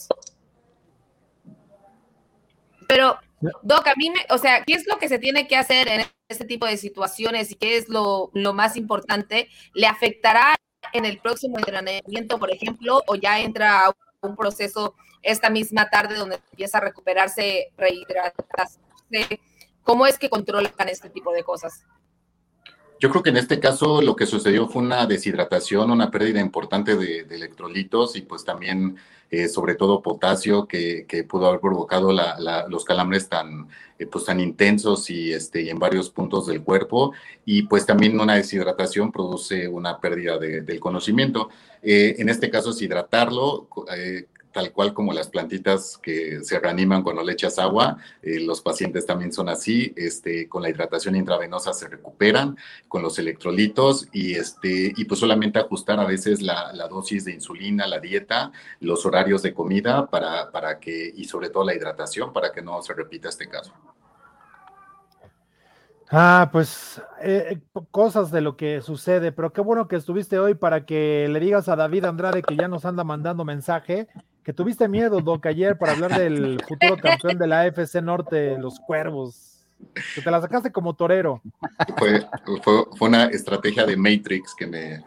Pero, Doc, a mí, me, o sea, ¿qué es lo que se tiene que hacer en este tipo de situaciones y qué es lo, lo más importante? ¿Le afectará en el próximo entrenamiento, por ejemplo, o ya entra a un proceso esta misma tarde donde empieza a recuperarse, rehidratarse? ¿Cómo es que controlan este tipo de cosas? Yo creo que en este caso lo que sucedió fue una deshidratación, una pérdida importante de, de electrolitos, y pues también eh, sobre todo potasio, que, que pudo haber provocado la, la, los calambres tan, eh, pues, tan intensos y, este, y en varios puntos del cuerpo, y pues también una deshidratación produce una pérdida de, del conocimiento. Eh, en este caso es hidratarlo, eh, tal cual como las plantitas que se reaniman cuando le echas agua, eh, los pacientes también son así, este, con la hidratación intravenosa se recuperan, con los electrolitos, y, este, y pues solamente ajustar a veces la, la dosis de insulina, la dieta, los horarios de comida, para, para que, y sobre todo la hidratación, para que no se repita este caso. Ah, pues eh, cosas de lo que sucede, pero qué bueno que estuviste hoy para que le digas a David Andrade, que ya nos anda mandando mensaje, que tuviste miedo, Doc, ayer para hablar del futuro campeón de la A F C Norte, los Cuervos, que te la sacaste como torero. Fue, fue, fue una estrategia de Matrix que me...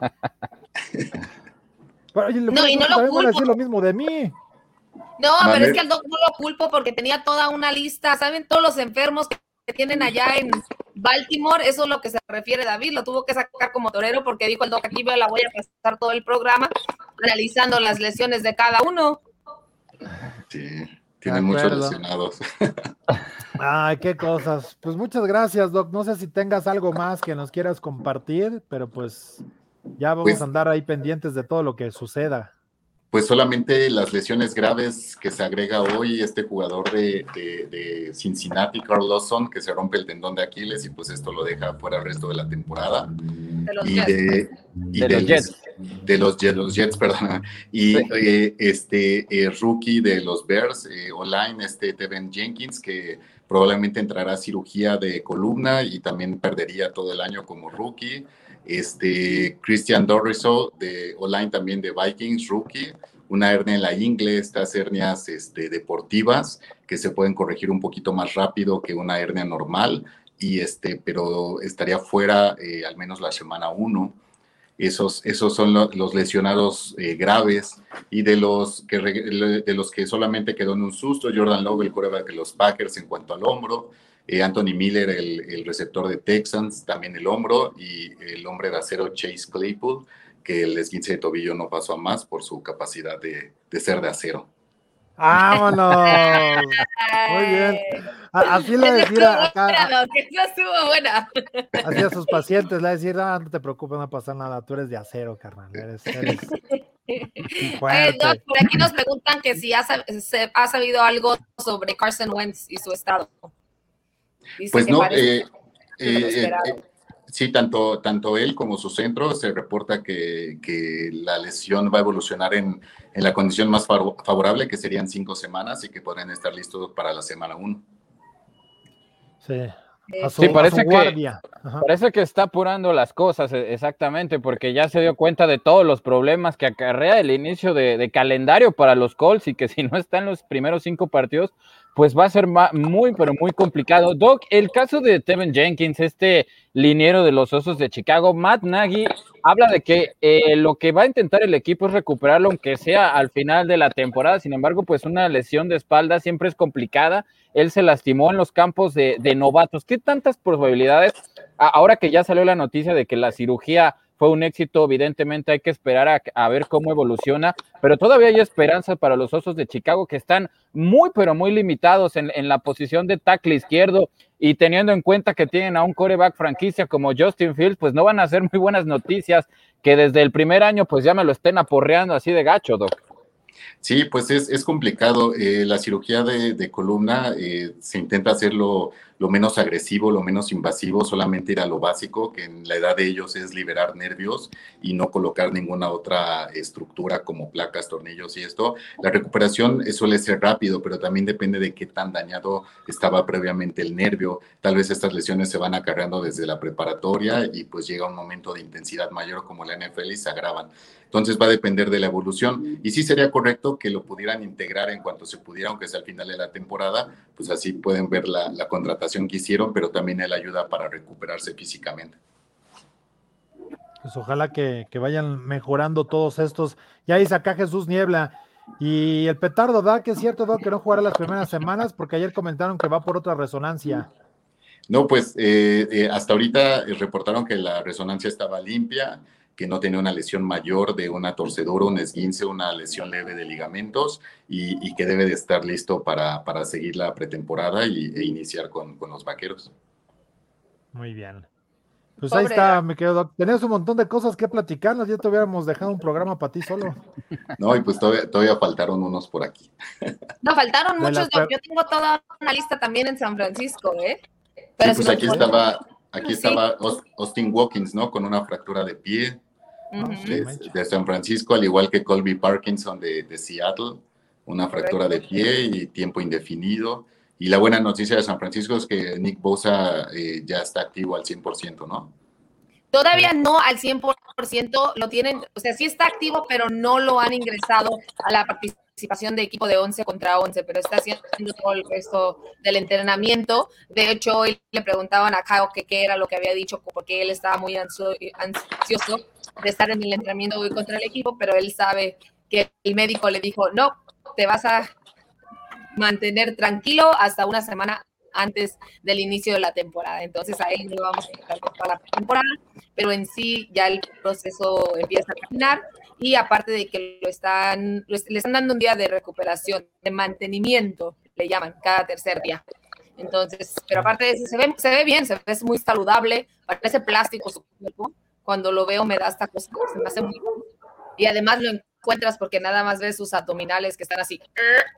Pero, oye, no, y no lo culpo. Van a decir lo mismo de mí. No, Manet. Pero es que al Doc no lo culpo porque tenía toda una lista, ¿saben? Todos los enfermos que tienen allá en Baltimore, eso es lo que se refiere David, lo tuvo que sacar como torero porque dijo el Doc, aquí la voy a pasar todo el programa analizando las lesiones de cada uno. Sí, tienen muchos lesionados. Ay, qué cosas. Pues muchas gracias, Doc. No sé si tengas algo más que nos quieras compartir, pero pues ya vamos pues, a andar ahí pendientes de todo lo que suceda. Pues solamente las lesiones graves que se agrega hoy este jugador de, de, de Cincinnati, Carl Lawson, que se rompe el tendón de Aquiles y pues esto lo deja fuera el resto de la temporada. De los y Jets. de, y de de los Jets. De los Jets, los Jets, perdón. Y Sí. eh, este eh, rookie de los Bears, eh, online, este Tevin Jenkins, que probablemente entrará a cirugía de columna y también perdería todo el año como rookie. Este Christian Dorriso de online también de Vikings, rookie, una hernia en la ingle, estas hernias este, deportivas que se pueden corregir un poquito más rápido que una hernia normal, y este, pero estaría fuera eh, al menos la semana uno. Esos, esos son lo, los lesionados eh, graves, y de los, que, de los que solamente quedó en un susto, Jordan Love, el quarterback de los Packers en cuanto al hombro, eh, Anthony Miller, el, el receptor de Texans, también el hombro, y el hombre de acero Chase Claypool, que el esguince de tobillo no pasó a más por su capacidad de, de ser de acero. ¡Vámonos! Muy bien. A- Así le decir a- acá, Buena, que esa estuvo buena. así a sus pacientes, le decir, ah, no te preocupes, no pasa nada, tú eres de acero, carnal, eres, eres Oye, fuerte. Doc, por aquí nos preguntan que si ha, sab- se- ha sabido algo sobre Carson Wentz y su estado. Dice Pues que no, parece eh, de lo eh, esperado. eh, sí, tanto, tanto él como su centro se reporta que, que la lesión va a evolucionar en, en la condición más fav- favorable, que serían cinco semanas, y que podrían estar listos para la semana uno. Sí, a su, Sí, a su parece que, guardia. Ajá. parece que está apurando las cosas, e- exactamente, porque ya se dio cuenta de todos los problemas que acarrea el inicio de, de calendario para los Colts, y que si no están los primeros cinco partidos, pues va a ser ma- muy, pero muy complicado. Doc, el caso de Tevin Jenkins, este liniero de los Osos de Chicago, Matt Nagy habla de que eh, lo que va a intentar el equipo es recuperarlo, aunque sea al final de la temporada. Sin embargo, pues una lesión de espalda siempre es complicada. Él se lastimó en los campos de, de novatos. ¿Qué tantas probabilidades? A- ahora que ya salió la noticia de que la cirugía fue un éxito, evidentemente hay que esperar a, a ver cómo evoluciona, pero todavía hay esperanza para los Osos de Chicago, que están muy, pero muy limitados en, en la posición de tackle izquierdo, y teniendo en cuenta que tienen a un quarterback franquicia como Justin Fields, pues no van a ser muy buenas noticias que desde el primer año pues ya me lo estén aporreando así de gacho, Doc. Sí, pues es, es complicado. Eh, la cirugía de, de columna eh, se intenta hacerlo lo menos agresivo, lo menos invasivo, solamente ir a lo básico, que en la edad de ellos es liberar nervios y no colocar ninguna otra estructura como placas, tornillos y esto. La recuperación eh, suele ser rápido, pero también depende de qué tan dañado estaba previamente el nervio. Tal vez estas lesiones se van acarreando desde la preparatoria y pues llega un momento de intensidad mayor como la N F L y se agravan. Entonces va a depender de la evolución, y sí sería correcto que lo pudieran integrar en cuanto se pudiera, aunque sea al final de la temporada, pues así pueden ver la, la contratación que hicieron, pero también él ayuda para recuperarse físicamente. Pues ojalá que, que vayan mejorando todos estos. Ya dice acá Jesús Niebla. Y el petardo da, que es cierto, Doc, que no jugará las primeras semanas, porque ayer comentaron que va por otra resonancia. No, pues eh, eh, hasta ahorita eh, reportaron que la resonancia estaba limpia, que no tenía una lesión mayor de una torcedura, un esguince, una lesión leve de ligamentos, y, y que debe de estar listo para, para seguir la pretemporada y, e iniciar con, con los Vaqueros. Muy bien. Pues Pobre ahí está, Doc. me quedo, Doc. Tenés un montón de cosas que platicarnos, ya te hubiéramos dejado un programa para ti solo. No, y pues todavía, todavía faltaron unos por aquí. No, faltaron De muchos, las Doc. pre- Yo tengo toda una lista también en San Francisco, ¿eh? Sí, Pero pues si aquí nos estaba, aquí Sí. estaba Aus- Austin Watkins, ¿no? Con una fractura de pie. Ujú. de, de San Francisco, al igual que Colby Parkinson de, de Seattle, una fractura de pie y tiempo indefinido. Y la buena noticia de San Francisco es que Nick Bosa eh, ya está activo al cien por ciento, ¿no? Todavía no al cien por ciento lo tienen, o sea, sí está activo, pero no lo han ingresado a la participación de equipo de once contra once, pero está haciendo todo el resto del entrenamiento. De hecho, hoy le preguntaban a Kyle que qué era lo que había dicho, porque él estaba muy ansio- ansioso de estar en el entrenamiento hoy contra el equipo, pero él sabe que el médico le dijo, no, te vas a mantener tranquilo hasta una semana antes del inicio de la temporada. Entonces a él no lo vamos a dejar por toda la temporada, pero en sí ya el proceso empieza a caminar, y aparte de que lo están, lo, le están dando un día de recuperación, de mantenimiento, le llaman, cada tercer día. Entonces, pero aparte de eso, se ve, se ve bien, se ve muy saludable, parece plástico su cuerpo. Cuando lo veo me da esta cosa, se me hace muy... Y además lo encuentras porque nada más ves sus abdominales que están así.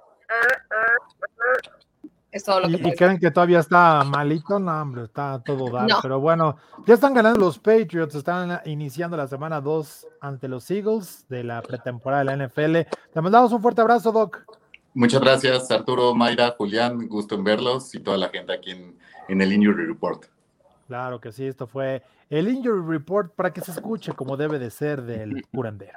Es todo lo que ¿Y, y creen que todavía está malito? No, hombre, está todo dar. No. Pero bueno, ya están ganando los Patriots, están iniciando la semana dos ante los Eagles de la pretemporada de la N F L. Te mandamos un fuerte abrazo, Doc. Muchas gracias, Arturo, Mayra, Julián, gusto en verlos y toda la gente aquí en, en el Injury Report. Claro que sí, esto fue el Injury Report para que se escuche como debe de ser del curandero.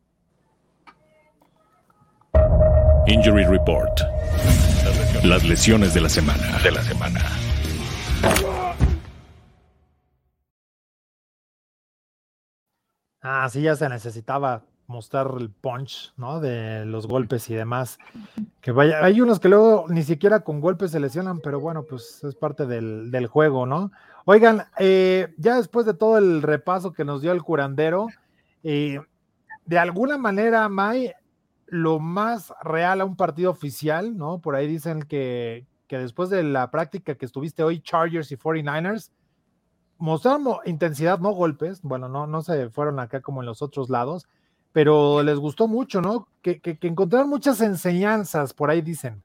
Injury Report. Las lesiones de la semana. De la semana. Ah, sí, ya se necesitaba mostrar el punch, ¿no? De los golpes y demás. Que vaya, hay unos que luego ni siquiera con golpes se lesionan, pero bueno, pues es parte del, del juego, ¿no? Oigan, eh, ya después de todo el repaso que nos dio el curandero, eh, de alguna manera, May, lo más real a un partido oficial, ¿no? Por ahí dicen que, que después de la práctica que estuviste hoy, Chargers y cuarenta y nueve ers, mostraron intensidad, no golpes, bueno, no, no se fueron acá como en los otros lados, pero les gustó mucho, ¿no? Que, que, que encontraron muchas enseñanzas, por ahí dicen.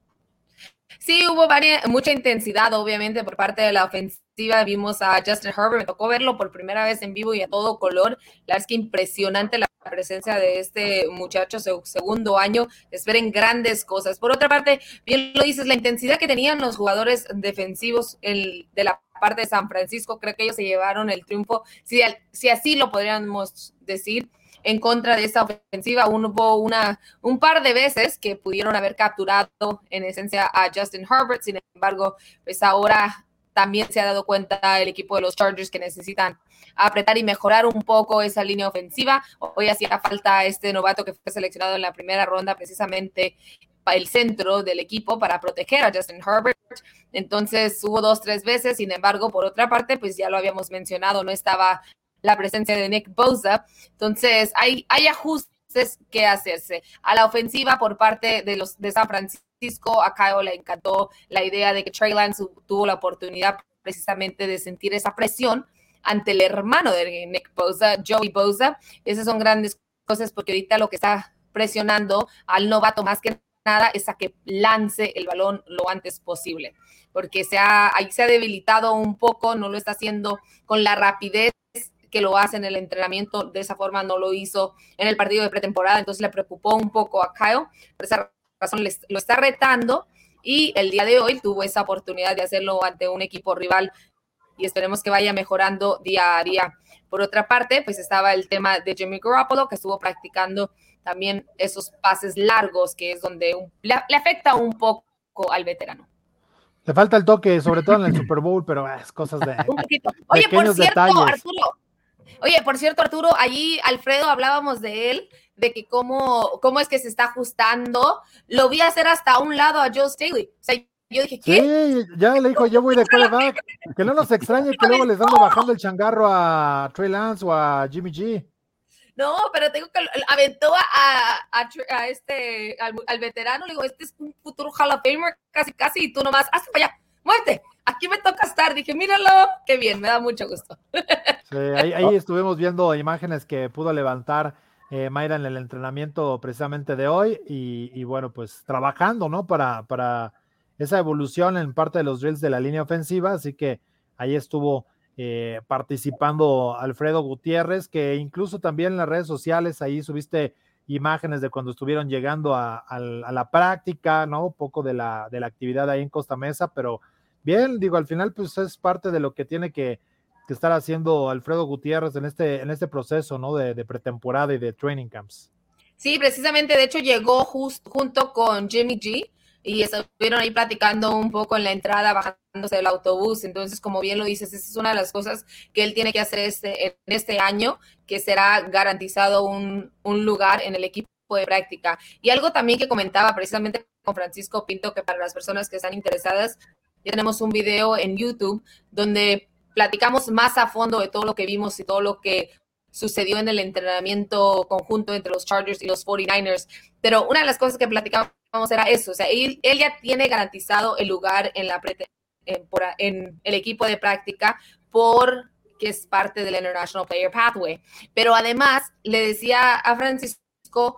Sí, hubo varias, mucha intensidad, obviamente, por parte de la ofensiva. Vimos a Justin Herbert, me tocó verlo por primera vez en vivo y a todo color. La verdad es que impresionante la presencia de este muchacho, segundo año. Esperen grandes cosas. Por otra parte, bien lo dices, la intensidad que tenían los jugadores defensivos el, de la parte de San Francisco, creo que ellos se llevaron el triunfo, si, si así lo podríamos decir, en contra de esa ofensiva. Hubo una, un par de veces que pudieron haber capturado en esencia a Justin Herbert, sin embargo, pues ahora también se ha dado cuenta el equipo de los Chargers que necesitan apretar y mejorar un poco esa línea ofensiva. Hoy hacía falta este novato que fue seleccionado en la primera ronda, precisamente para el centro del equipo, para proteger a Justin Herbert. Entonces hubo dos, tres veces, sin embargo, por otra parte, pues ya lo habíamos mencionado, no estaba la presencia de Nick Bosa. Entonces, hay, hay ajustes que hacerse. A la ofensiva por parte de los de San Francisco, a Kyle le encantó la idea de que Trey Lance tuvo la oportunidad precisamente de sentir esa presión ante el hermano de Nick Bosa, Joey Bosa. Esas son grandes cosas porque ahorita lo que está presionando al novato más que nada es a que lance el balón lo antes posible, porque se ha, ahí se ha debilitado un poco, no lo está haciendo con la rapidez que lo hace en el entrenamiento, de esa forma no lo hizo en el partido de pretemporada, entonces le preocupó un poco a Kyle, por esa razón les, lo está retando, y el día de hoy tuvo esa oportunidad de hacerlo ante un equipo rival, y esperemos que vaya mejorando día a día. Por otra parte, pues estaba el tema de Jimmy Garoppolo, que estuvo practicando también esos pases largos, que es donde un, le, le afecta un poco al veterano. Le falta el toque, sobre todo en el Super Bowl, pero es cosas de un poquito. Oye, pequeños por cierto, detalles. Arturo, Oye, por cierto, Arturo, allí Alfredo hablábamos de él, de que cómo, cómo es que se está ajustando. Lo vi hacer hasta un lado a Joe Staley. O sea, yo dije, ¿qué? Sí, ya le dijo, yo voy de quarterback. Que no nos extrañe que luego les ando bajando el changarro a Trey Lance o a Jimmy G. No, pero tengo que aventó a, a, a este, al, al veterano, le digo, este es un futuro Hall of Famer, casi, casi, y tú nomás, hazte para allá, muerte. Aquí me toca estar, dije, míralo, qué bien, me da mucho gusto. Sí, ahí, ahí estuvimos viendo imágenes que pudo levantar eh, Mayra en el entrenamiento precisamente de hoy y, y bueno, pues trabajando, ¿no? Para, para esa evolución en parte de los drills de la línea ofensiva, así que ahí estuvo eh, participando Alfredo Gutiérrez, que incluso también en las redes sociales ahí subiste imágenes de cuando estuvieron llegando a, a, a la práctica, ¿no? Un poco de la, de la actividad ahí en Costa Mesa, pero bien, digo, al final pues es parte de lo que tiene que, que estar haciendo Alfredo Gutiérrez en este, en este proceso, ¿no? De, de pretemporada y de training camps. Sí, precisamente, de hecho llegó just, junto con Jimmy G y estuvieron ahí platicando un poco en la entrada, bajándose del autobús. Entonces, como bien lo dices, esa es una de las cosas que él tiene que hacer este, en este año, que será garantizado un, un lugar en el equipo de práctica. Y algo también que comentaba precisamente con Francisco Pinto, que para las personas que están interesadas, ya tenemos un video en YouTube donde platicamos más a fondo de todo lo que vimos y todo lo que sucedió en el entrenamiento conjunto entre los Chargers y los cuarenta y nueve ers. Pero una de las cosas que platicamos era eso, o sea, él, él ya tiene garantizado el lugar en, la pre, en, por, en el equipo de práctica porque es parte del International Player Pathway. Pero además le decía a Francisco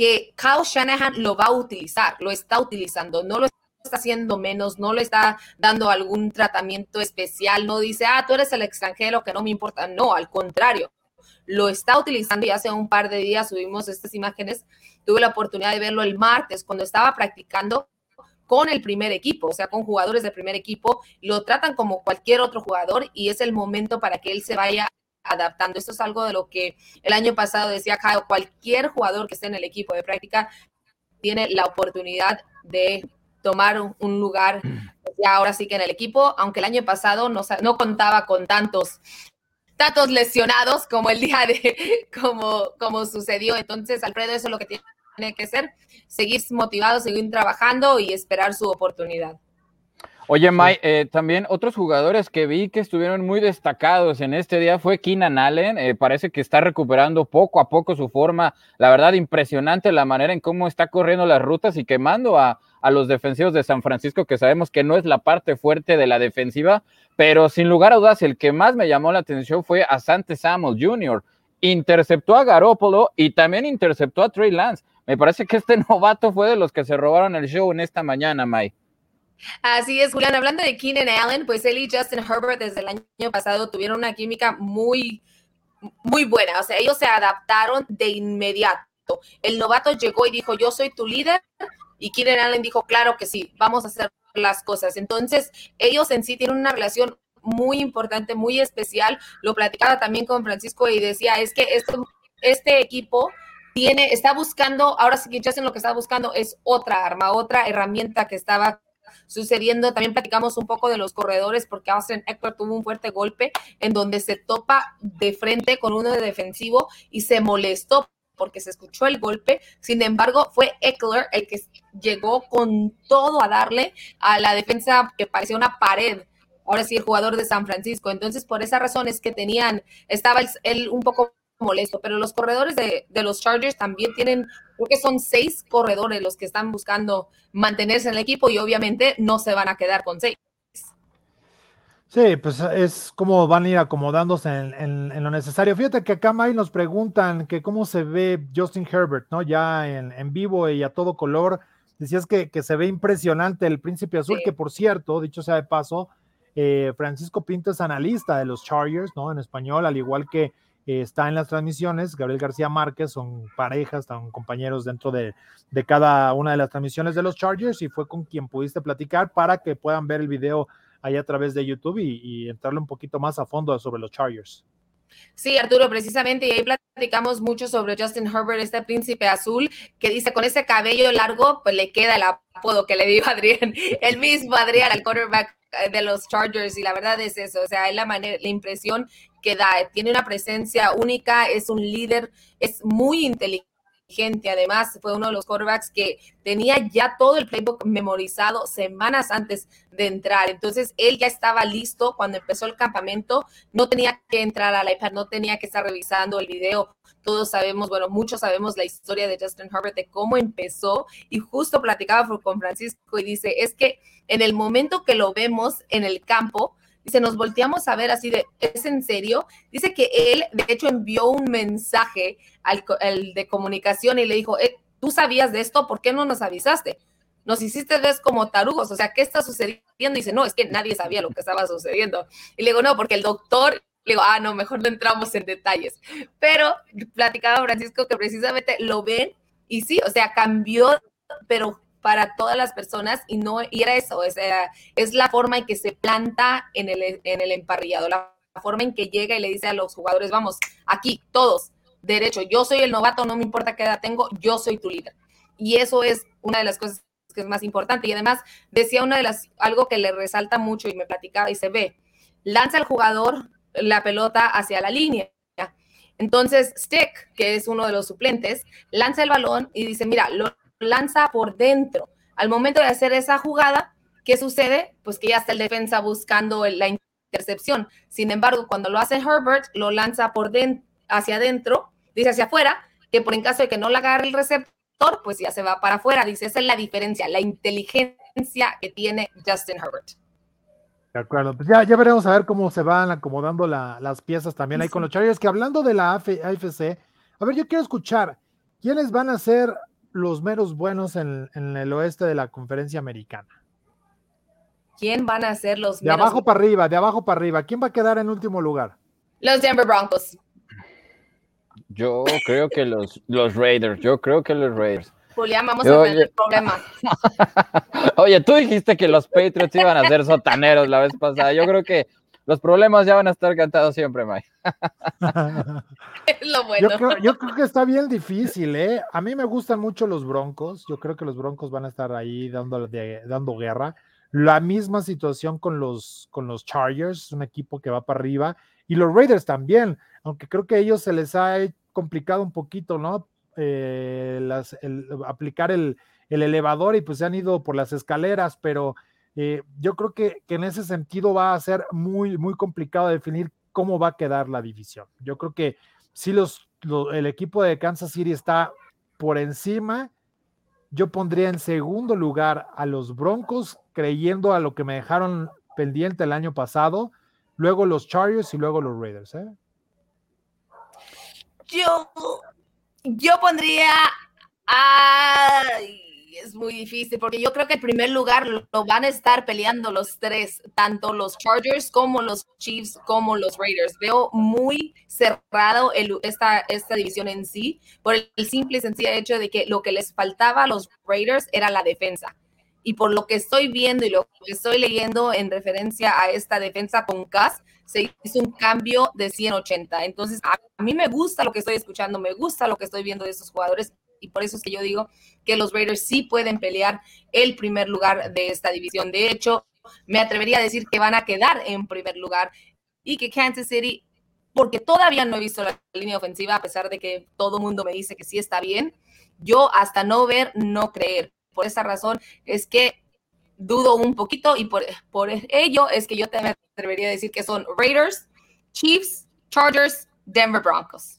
que Kyle Shanahan lo va a utilizar, lo está utilizando, no lo está haciendo menos, no le está dando algún tratamiento especial, no dice, ah, tú eres el extranjero que no me importa, no, al contrario, lo está utilizando y hace un par de días subimos estas imágenes, tuve la oportunidad de verlo el martes cuando estaba practicando con el primer equipo, o sea, con jugadores del primer equipo, lo tratan como cualquier otro jugador y es el momento para que él se vaya adaptando. Esto es algo de lo que el año pasado decía Kyle, cualquier jugador que esté en el equipo de práctica tiene la oportunidad de tomar un, un lugar, ya ahora sí que en el equipo, aunque el año pasado no, no contaba con tantos tantos lesionados como el día de, como, como sucedió. Entonces, Alfredo, eso es lo que tiene que hacer, seguir motivado, seguir trabajando y esperar su oportunidad. Oye, May, eh, también otros jugadores que vi que estuvieron muy destacados en este día fue Keenan Allen, eh, parece que está recuperando poco a poco su forma, la verdad impresionante la manera en cómo está corriendo las rutas y quemando a, a los defensivos de San Francisco, que sabemos que no es la parte fuerte de la defensiva, pero sin lugar a dudas el que más me llamó la atención fue Asante Samuel junior, interceptó a Garoppolo y también interceptó a Trey Lance, me parece que este novato fue de los que se robaron el show en esta mañana, May. Así es, Julián. Hablando de Keenan Allen, pues él y Justin Herbert desde el año pasado tuvieron una química muy, muy buena. O sea, ellos se adaptaron de inmediato. El novato llegó y dijo, yo soy tu líder. Y Keenan Allen dijo, claro que sí, vamos a hacer las cosas. Entonces, ellos en sí tienen una relación muy importante, muy especial. Lo platicaba también con Francisco y decía, es que este, este equipo tiene, está buscando, ahora sí que Justin lo que está buscando es otra arma, otra herramienta que estaba sucediendo. También platicamos un poco de los corredores porque Austin Eckler tuvo un fuerte golpe en donde se topa de frente con uno de defensivo y se molestó porque se escuchó el golpe. Sin embargo, fue Eckler el que llegó con todo a darle a la defensa que parecía una pared. Ahora sí, el jugador de San Francisco. Entonces, por esa razón es que tenían, estaba él un poco molesto, pero los corredores de, de los Chargers también tienen, creo que son seis corredores los que están buscando mantenerse en el equipo y obviamente no se van a quedar con seis. Sí, pues es como van a ir acomodándose en, en, en lo necesario. Fíjate que acá, May, nos preguntan que cómo se ve Justin Herbert, ¿no? Ya en, en vivo y a todo color. Decías que, que se ve impresionante el Príncipe Azul, sí. Que por cierto, dicho sea de paso, eh, Francisco Pinto es analista de los Chargers, ¿no? En español, al igual que Eh, está en las transmisiones. Gabriel García Márquez, son parejas, son compañeros dentro de, de cada una de las transmisiones de los Chargers y fue con quien pudiste platicar para que puedan ver el video ahí a través de YouTube y, y entrarle un poquito más a fondo sobre los Chargers. Sí, Arturo, precisamente, y ahí platicamos mucho sobre Justin Herbert, este príncipe azul, que dice, con ese cabello largo, pues le queda el apodo que le dio Adrián, el mismo Adrián, al quarterback de los Chargers, y la verdad es eso, o sea, es la manera, la impresión que da, tiene una presencia única, es un líder, es muy inteligente, además fue uno de los quarterbacks que tenía ya todo el playbook memorizado semanas antes de entrar, entonces él ya estaba listo cuando empezó el campamento, no tenía que entrar al iPad, no tenía que estar revisando el video, todos sabemos, bueno, muchos sabemos la historia de Justin Herbert, de cómo empezó, y justo platicaba con Francisco y dice, es que en el momento que lo vemos en el campo, dice, nos volteamos a ver así de, ¿es en serio? Dice que él, de hecho, envió un mensaje al, al de comunicación y le dijo, eh, ¿tú sabías de esto? ¿Por qué no nos avisaste? Nos hiciste ver como tarugos, o sea, ¿qué está sucediendo? Y dice, no, es que nadie sabía lo que estaba sucediendo. Y le digo, no, porque el doctor, le digo, ah, no, mejor no entramos en detalles. Pero platicaba Francisco que precisamente lo ven y sí, o sea, cambió, pero para todas las personas y no y era eso, es, era, es la forma en que se planta en el, en el emparrillado, la forma en que llega y le dice a los jugadores, vamos, aquí, todos, derecho, yo soy el novato, no me importa qué edad tengo, yo soy tu líder. Y eso es una de las cosas que es más importante. Y además decía una de las, algo que le resalta mucho y me platicaba y se ve, lanza el jugador la pelota hacia la línea. Entonces Stick, que es uno de los suplentes, lanza el balón y dice, mira, lo lanza por dentro. Al momento de hacer esa jugada, ¿qué sucede? Pues que ya está el defensa buscando la intercepción. Sin embargo, cuando lo hace Herbert, lo lanza por dentro, hacia adentro, dice hacia afuera, que por en caso de que no le agarre el receptor, pues ya se va para afuera. Dice, esa es la diferencia, la inteligencia que tiene Justin Herbert. De acuerdo, pues ya, ya veremos a ver cómo se van acomodando la, las piezas también ahí sí. Con los Chargers, que hablando de la A F C, a ver, yo quiero escuchar, ¿quiénes van a ser los menos buenos en, en el oeste de la conferencia americana? ¿Quién van a ser los De menos abajo para arriba, de abajo para arriba. ¿Quién va a quedar en último lugar? Los Denver Broncos. Yo creo que los, los Raiders, yo creo que los Raiders. Julián, vamos Yo, a tener yo... problemas. Oye, tú dijiste que los Patriots iban a ser sotaneros la vez pasada. Yo creo que los problemas ya van a estar cantados siempre, Mike. Es lo bueno. Yo creo, yo creo que está bien difícil, ¿eh? A mí me gustan mucho los Broncos. Yo creo que los Broncos van a estar ahí dando, de, dando guerra. La misma situación con los, con los Chargers, un equipo que va para arriba. Y los Raiders también, aunque creo que a ellos se les ha complicado un poquito, ¿no? Eh, las, el, aplicar el, el elevador y pues se han ido por las escaleras, pero eh, yo creo que, que en ese sentido va a ser muy, muy complicado definir cómo va a quedar la división. Yo creo que sí los, los, el equipo de Kansas City está por encima. Yo pondría en segundo lugar a los Broncos, creyendo a lo que me dejaron pendiente el año pasado, luego los Chargers y luego los Raiders, ¿eh? Yo, yo pondría, ay, es muy difícil, porque yo creo que el primer lugar lo, lo van a estar peleando los tres, tanto los Chargers como los Chiefs como los Raiders. Veo muy cerrado el, esta, esta división en sí, por el, el simple y sencillo hecho de que lo que les faltaba a los Raiders era la defensa. Y por lo que estoy viendo y lo que estoy leyendo en referencia a esta defensa con Cass, se hizo un cambio de ciento ochenta. Entonces, a mí me gusta lo que estoy escuchando, me gusta lo que estoy viendo de estos jugadores, y por eso es que yo digo que los Raiders sí pueden pelear el primer lugar de esta división. De hecho, me atrevería a decir que van a quedar en primer lugar y que Kansas City, porque todavía no he visto la línea ofensiva, a pesar de que todo el mundo me dice que sí está bien, yo hasta no ver, no creer. Por esa razón es que dudo un poquito y por, por ello es que yo te me atrevería a decir que son Raiders, Chiefs, Chargers, Denver Broncos.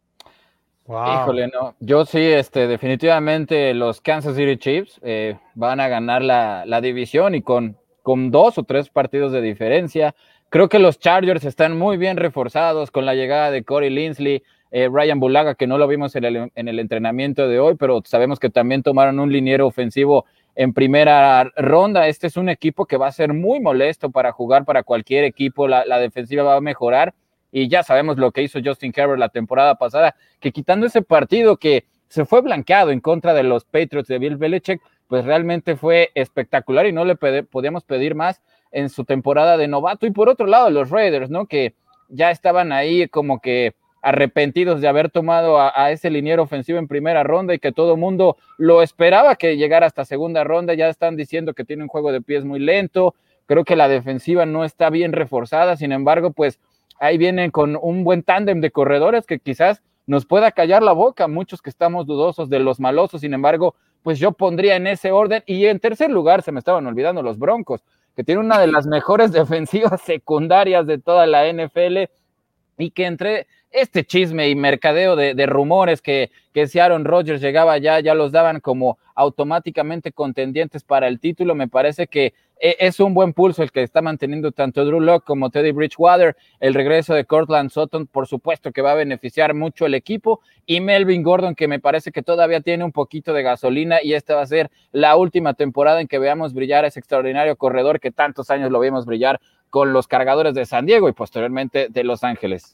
Wow. Híjole, no. Yo sí, este, definitivamente los Kansas City Chiefs eh, van a ganar la, la división y con, con dos o tres partidos de diferencia. Creo que los Chargers están muy bien reforzados con la llegada de Corey Linsley, Eh, Ryan Bulaga, que no lo vimos en el, en el entrenamiento de hoy, pero sabemos que también tomaron un liniero ofensivo en primera ronda. Este es un equipo que va a ser muy molesto para jugar para cualquier equipo. La, la defensiva va a mejorar y ya sabemos lo que hizo Justin Herbert la temporada pasada, que quitando ese partido que se fue blanqueado en contra de los Patriots de Bill Belichick, pues realmente fue espectacular y no le pede, podíamos pedir más en su temporada de novato. Y por otro lado, los Raiders, ¿no? Que ya estaban ahí como que arrepentidos de haber tomado a, a ese liniero ofensivo en primera ronda y que todo mundo lo esperaba que llegara hasta segunda ronda. Ya están diciendo que tiene un juego de pies muy lento. Creo que la defensiva no está bien reforzada. Sin embargo, pues ahí vienen con un buen tándem de corredores que quizás nos pueda callar la boca, muchos que estamos dudosos de los malosos. Sin embargo, pues yo pondría en ese orden. Y en tercer lugar, se me estaban olvidando los Broncos, que tienen una de las mejores defensivas secundarias de toda la N F L, y que entre este chisme y mercadeo de, de rumores que, que si Aaron Rodgers llegaba ya, ya los daban como automáticamente contendientes para el título. Me parece que es un buen pulso el que está manteniendo tanto Drew Lock como Teddy Bridgewater. El regreso de Courtland Sutton, por supuesto que va a beneficiar mucho el equipo, y Melvin Gordon, que me parece que todavía tiene un poquito de gasolina, y esta va a ser la última temporada en que veamos brillar a ese extraordinario corredor que tantos años lo vimos brillar con los Cargadores de San Diego y posteriormente de Los Ángeles.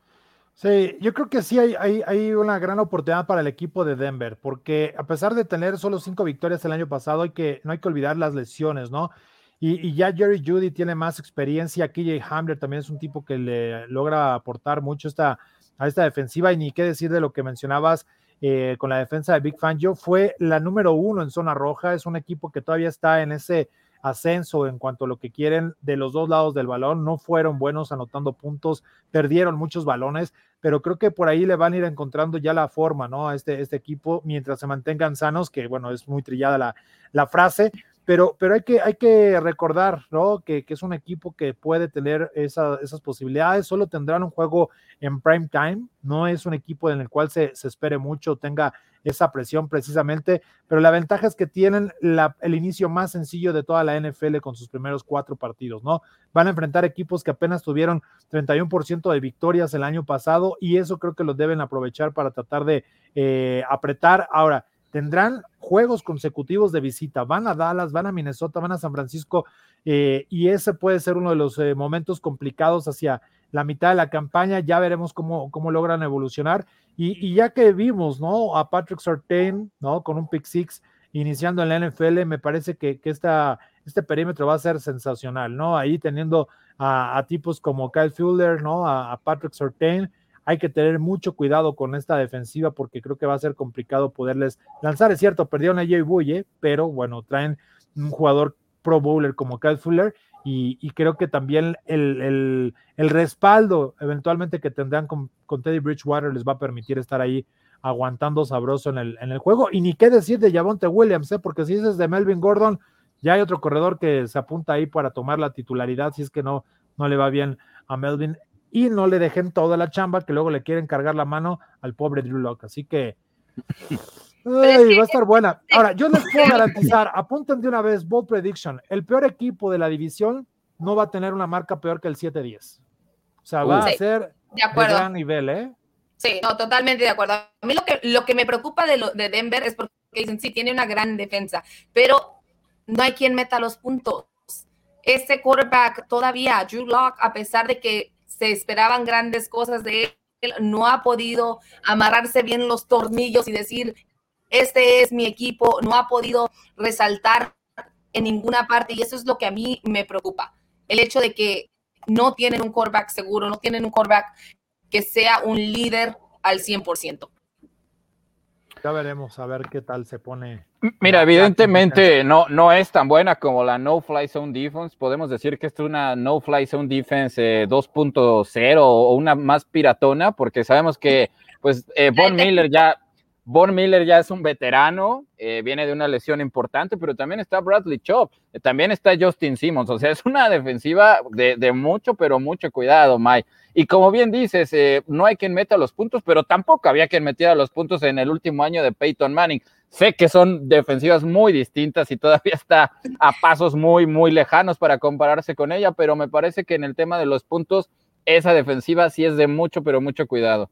Sí, yo creo que sí hay, hay, hay una gran oportunidad para el equipo de Denver, porque a pesar de tener solo cinco victorias el año pasado, hay que, no hay que olvidar las lesiones, ¿no? Y, y ya Jerry Jeudy tiene más experiencia, K J Hamler también es un tipo que le logra aportar mucho esta, a esta defensiva, y ni qué decir de lo que mencionabas eh, con la defensa de Vic Fangio. Fue la número uno en zona roja, es un equipo que todavía está en ese ascenso en cuanto a lo que quieren de los dos lados del balón. No fueron buenos anotando puntos, perdieron muchos balones, pero creo que por ahí le van a ir encontrando ya la forma, ¿no? A este, este equipo, mientras se mantengan sanos, que bueno, es muy trillada la, la frase, pero, pero hay, que, hay que recordar, ¿no? Que, que es un equipo que puede tener esa, esas posibilidades. Solo tendrán un juego en prime time, no es un equipo en el cual se, se espere mucho, tenga esa presión precisamente, pero la ventaja es que tienen la, el inicio más sencillo de toda la N F L con sus primeros cuatro partidos, ¿no? Van a enfrentar equipos que apenas tuvieron treinta y uno por ciento de victorias el año pasado, y eso creo que los deben aprovechar para tratar de eh, apretar. Ahora, tendrán juegos consecutivos de visita, van a Dallas, van a Minnesota, van a San Francisco, eh, y ese puede ser uno de los eh, momentos complicados hacia la mitad de la campaña. Ya veremos cómo, cómo logran evolucionar, y, y ya que vimos, ¿no?, a Patrick Surtain, ¿no?, con un pick six iniciando en la N F L, me parece que, que esta, este perímetro va a ser sensacional, ¿no? Ahí teniendo a, a tipos como Kyle Fuller, ¿no?, a, a Patrick Surtain. Hay que tener mucho cuidado con esta defensiva porque creo que va a ser complicado poderles lanzar. Es cierto, perdieron a Jay Buye, pero bueno, traen un jugador pro bowler como Kyle Fuller, y, y creo que también el, el, el respaldo eventualmente que tendrán con, con Teddy Bridgewater les va a permitir estar ahí aguantando sabroso en el, en el juego. Y ni qué decir de Javonte Williams, ¿eh? Porque si dices de Melvin Gordon, ya hay otro corredor que se apunta ahí para tomar la titularidad si es que no, no le va bien a Melvin. Y no le dejen toda la chamba que luego le quieren cargar la mano al pobre Drew Lock. Así que ay, va a estar buena. Ahora, yo les puedo garantizar, apunten de una vez, bold prediction, el peor equipo de la división no va a tener una marca peor que el siete diez. O sea, va sí, a ser de, acuerdo. de gran nivel, ¿eh? Sí, no, totalmente de acuerdo. A mí lo que, lo que me preocupa de, lo, de Denver es porque dicen, sí, tiene una gran defensa, pero no hay quien meta los puntos. Este quarterback todavía, Drew Lock, a pesar de que se esperaban grandes cosas de él, no ha podido amarrarse bien los tornillos y decir, este es mi equipo, no ha podido resaltar en ninguna parte, y eso es lo que a mí me preocupa, el hecho de que no tienen un quarterback seguro, no tienen un quarterback que sea un líder al cien por ciento. Ya veremos a ver qué tal se pone. Mira, la, evidentemente la no, no es tan buena como la no-fly zone defense. Podemos decir que esto es una no-fly zone defense eh, dos punto cero o una más piratona, porque sabemos que pues eh, Von Miller ya Von Miller ya es un veterano, eh, viene de una lesión importante, pero también está Bradley Chubb, eh, también está Justin Simmons, o sea, es una defensiva de, de mucho, pero mucho cuidado, Mike. Y como bien dices, eh, no hay quien meta los puntos, pero tampoco había quien metiera los puntos en el último año de Peyton Manning. Sé que son defensivas muy distintas y todavía está a pasos muy, muy lejanos para compararse con ella, pero me parece que en el tema de los puntos, esa defensiva sí es de mucho, pero mucho cuidado.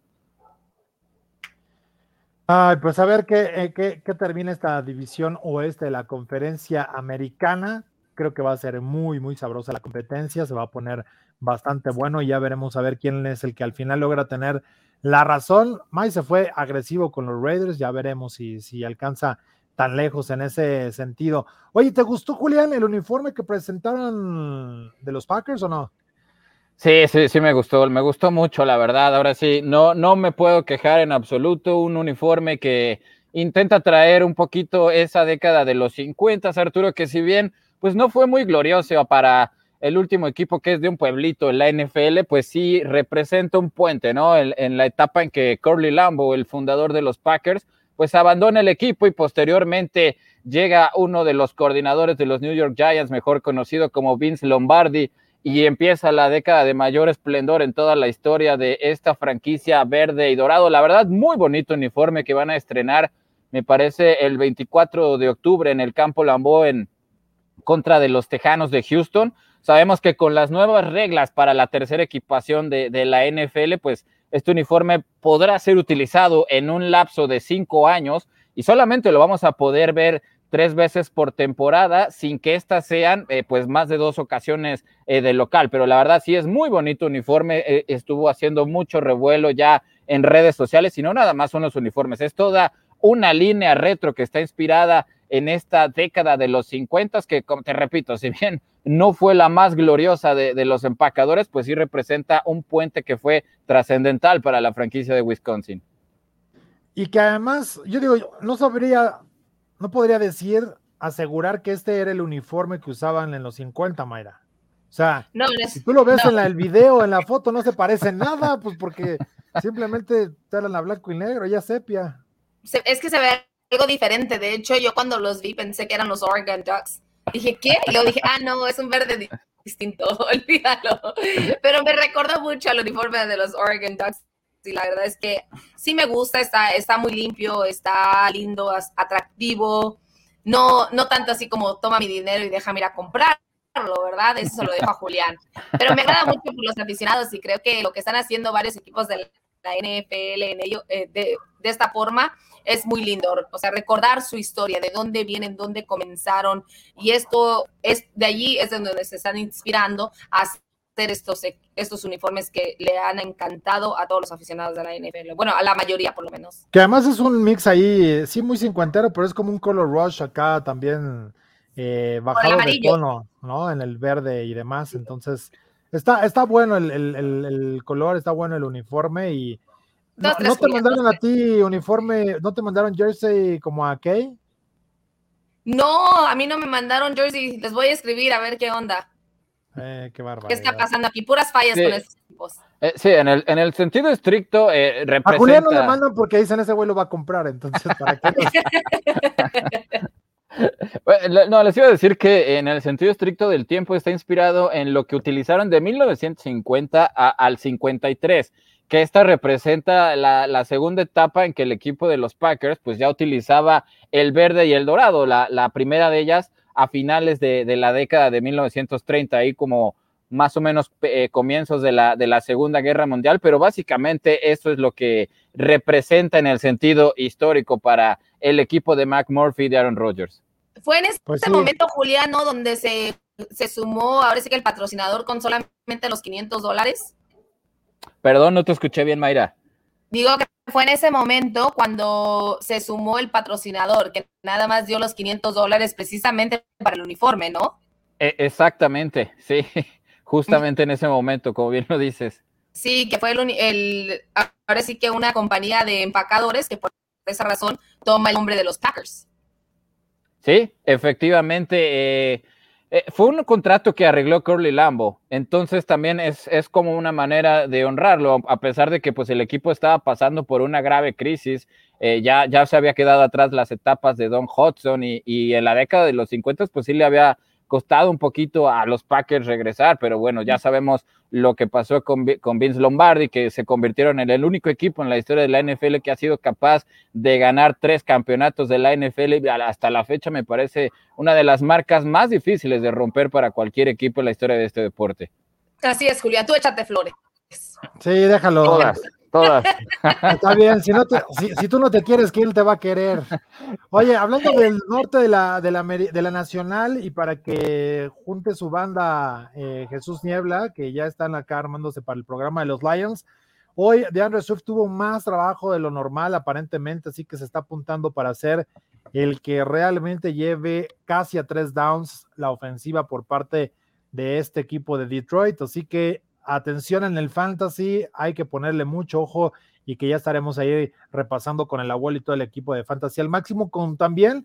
Ay, pues a ver qué, eh, qué, qué termina esta división oeste de la conferencia americana. Creo que va a ser muy, muy sabrosa la competencia, se va a poner bastante bueno y ya veremos a ver quién es el que al final logra tener la razón. Mike se fue agresivo con los Raiders, ya veremos si, si alcanza tan lejos en ese sentido. Oye, ¿te gustó, Julián, el uniforme que presentaron de los Packers o no? Sí, sí, sí me gustó, me gustó mucho, la verdad. Ahora sí, no, no me puedo quejar en absoluto. Un uniforme que intenta traer un poquito esa década de los cincuenta, Arturo, que si bien pues no fue muy glorioso para el último equipo que es de un pueblito en la N F L, pues sí representa un puente, ¿no? En, en la etapa en que Curly Lambeau, el fundador de los Packers, pues abandona el equipo y posteriormente llega uno de los coordinadores de los New York Giants, mejor conocido como Vince Lombardi, y empieza la década de mayor esplendor en toda la historia de esta franquicia verde y dorado. La verdad, muy bonito uniforme que van a estrenar, me parece, el veinticuatro de octubre en el Campo Lambeau en contra de los Tejanos de Houston. Sabemos que con las nuevas reglas para la tercera equipación de, de la N F L, pues este uniforme podrá ser utilizado en un lapso de cinco años y solamente lo vamos a poder ver tres veces por temporada, sin que estas sean eh, pues más de dos ocasiones eh, de local, pero la verdad sí es muy bonito uniforme, eh, estuvo haciendo mucho revuelo ya en redes sociales, y no nada más son los uniformes, es toda una línea retro que está inspirada en esta década de los cincuenta, que como te repito, si bien no fue la más gloriosa de, de los empacadores, pues sí representa un puente que fue trascendental para la franquicia de Wisconsin. Y que además, yo digo, no sabría... No podría decir, asegurar que este era el uniforme que usaban en los cincuenta, Mayra. O sea, no, es, si tú lo ves no. en la, el video, en la foto, no se parece nada, pues porque simplemente salen a blanco y negro, ya sepia. Es que se ve algo diferente. De hecho, yo cuando los vi pensé que eran los Oregon Ducks. Dije, ¿qué? Y luego dije, ah, no, es un verde distinto, olvídalo. Pero me recordó mucho al uniforme de los Oregon Ducks. Y la verdad es que sí me gusta, está, está muy limpio, está lindo, atractivo, no, no tanto así como toma mi dinero y déjame ir a comprarlo, ¿verdad? Eso se lo dejo a Julián. Pero me agrada mucho por los aficionados y creo que lo que están haciendo varios equipos de la N F L en ello, eh, de, de esta forma, es muy lindo. O sea, recordar su historia, de dónde vienen, dónde comenzaron, y esto es de allí es de donde se están inspirando a hacer estos, estos uniformes que le han encantado a todos los aficionados de la N F L. Bueno, a la mayoría por lo menos. Que además es un mix ahí, sí, muy cincuentero, pero es como un color rush acá también, eh, bajado de tono, ¿no? En el verde y demás. Entonces, está, está bueno el, el, el, el color, está bueno el uniforme. Y no, ¿no te mandaron a ti uniforme, no te mandaron jersey como a Kay? No, a mí no me mandaron jersey. Les voy a escribir a ver qué onda. Eh, qué bárbaro. ¿Qué está pasando aquí? Puras fallas sí. con estos tipos. Eh, sí, en el, en el sentido estricto, eh, representa... A Julián no le mandan porque dicen ese güey lo va a comprar, entonces, ¿para qué? No, les iba a decir que en el sentido estricto del tiempo está inspirado en lo que utilizaron de mil novecientos cincuenta a, al cincuenta y tres, que esta representa la, la segunda etapa en que el equipo de los Packers pues ya utilizaba el verde y el dorado, la, la primera de ellas a finales de, de la década de mil novecientos treinta, ahí como más o menos eh, comienzos de la, de la Segunda Guerra Mundial, pero básicamente eso es lo que representa en el sentido histórico para el equipo de McMurphy y de Aaron Rodgers. Fue en este pues sí. momento, Julián, ¿no? Donde se, se sumó, ahora sí que el patrocinador con solamente los quinientos dólares. Perdón, no te escuché bien, Mayra. Digo que fue en ese momento cuando se sumó el patrocinador, que nada más dio los quinientos dólares precisamente para el uniforme, ¿no? Eh, exactamente, sí, justamente en ese momento, como bien lo dices. Sí, que fue el, el, ahora sí que una compañía de empacadores que por esa razón toma el nombre de los Packers. Sí, efectivamente, eh, eh, fue un contrato que arregló Curly Lambeau, entonces también es, es como una manera de honrarlo, a pesar de que pues el equipo estaba pasando por una grave crisis, eh, ya, ya se había quedado atrás las etapas de Don Hudson y, y en la década de los cincuenta pues sí le había costado un poquito a los Packers regresar, pero bueno, ya sabemos lo que pasó con, con Vince Lombardi, que se convirtieron en el único equipo en la historia de la N F L que ha sido capaz de ganar tres campeonatos de la N F L, hasta la fecha me parece una de las marcas más difíciles de romper para cualquier equipo en la historia de este deporte. Así es, Julián, tú échate flores. Sí, déjalo. Todas, todas. Está bien, si, no te, si, si tú no te quieres, ¿quién te va a querer? Oye, hablando del norte de la, de la, de la Nacional, y para que junte su banda eh, Jesús Niebla, que ya están acá armándose para el programa de los Lions, hoy DeAndre Swift tuvo más trabajo de lo normal, aparentemente, así que se está apuntando para ser el que realmente lleve casi a tres downs la ofensiva por parte de este equipo de Detroit, así que atención en el fantasy, hay que ponerle mucho ojo y que ya estaremos ahí repasando con el abuelo y todo el equipo de fantasy al máximo, con también,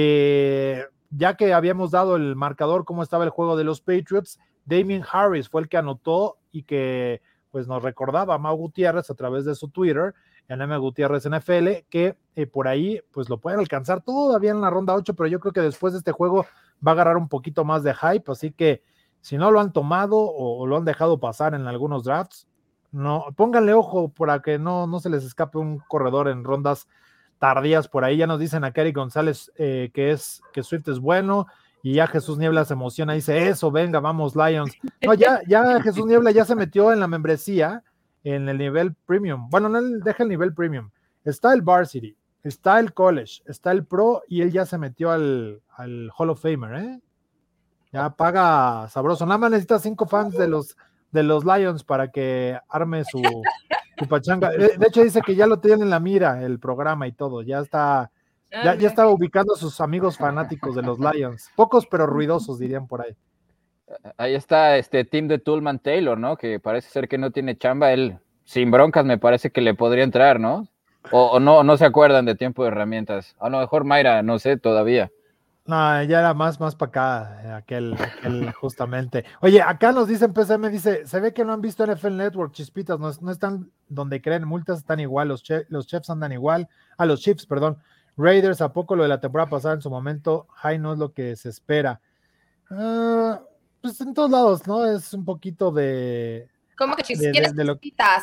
eh, ya que habíamos dado el marcador, cómo estaba el juego de los Patriots, Damien Harris fue el que anotó y que pues nos recordaba a Mau Gutiérrez a través de su Twitter, en M Gutiérrez N F L, que eh, por ahí pues lo pueden alcanzar todavía en la ronda ocho, pero yo creo que después de este juego va a agarrar un poquito más de hype, así que si no lo han tomado o, o lo han dejado pasar en algunos drafts, no, pónganle ojo para que no, no se les escape un corredor en rondas tardías por ahí. Ya nos dicen a Kerry González eh, que es que Swift es bueno, y ya Jesús Niebla se emociona y dice, eso, venga, vamos Lions. No, ya, ya Jesús Niebla ya se metió en la membresía, en el nivel premium. Bueno, no deja el nivel premium. Está el Varsity, está el College, está el Pro, y él ya se metió al, al Hall of Famer, ¿eh? Ya paga sabroso. Nada más necesita cinco fans de los, de los Lions para que arme su, su pachanga. De, de hecho, dice que ya lo tiene en la mira el programa y todo. Ya está, ya, ya está ubicando a sus amigos fanáticos de los Lions. Pocos, pero ruidosos, dirían por ahí. Ahí está este team de Tullman Taylor, ¿no? Que parece ser que no tiene chamba. Él, sin broncas, me parece que le podría entrar, ¿no? O, o no, no se acuerdan de Tiempo de Herramientas. A lo mejor Mayra, no sé todavía. No, ya era más, más para acá, aquel, aquel justamente. Oye, acá nos dicen, P C M dice, se ve que no han visto N F L Network, chispitas, no, no están donde creen, multas están igual, los, che, los Chiefs andan igual, a ah, los Chiefs, perdón, Raiders, ¿a poco lo de la temporada pasada en su momento? High no es lo que se espera. Uh, pues en todos lados, ¿no? Es un poquito de... ¿Cómo que chispitas? ¿Quiénes chispitas?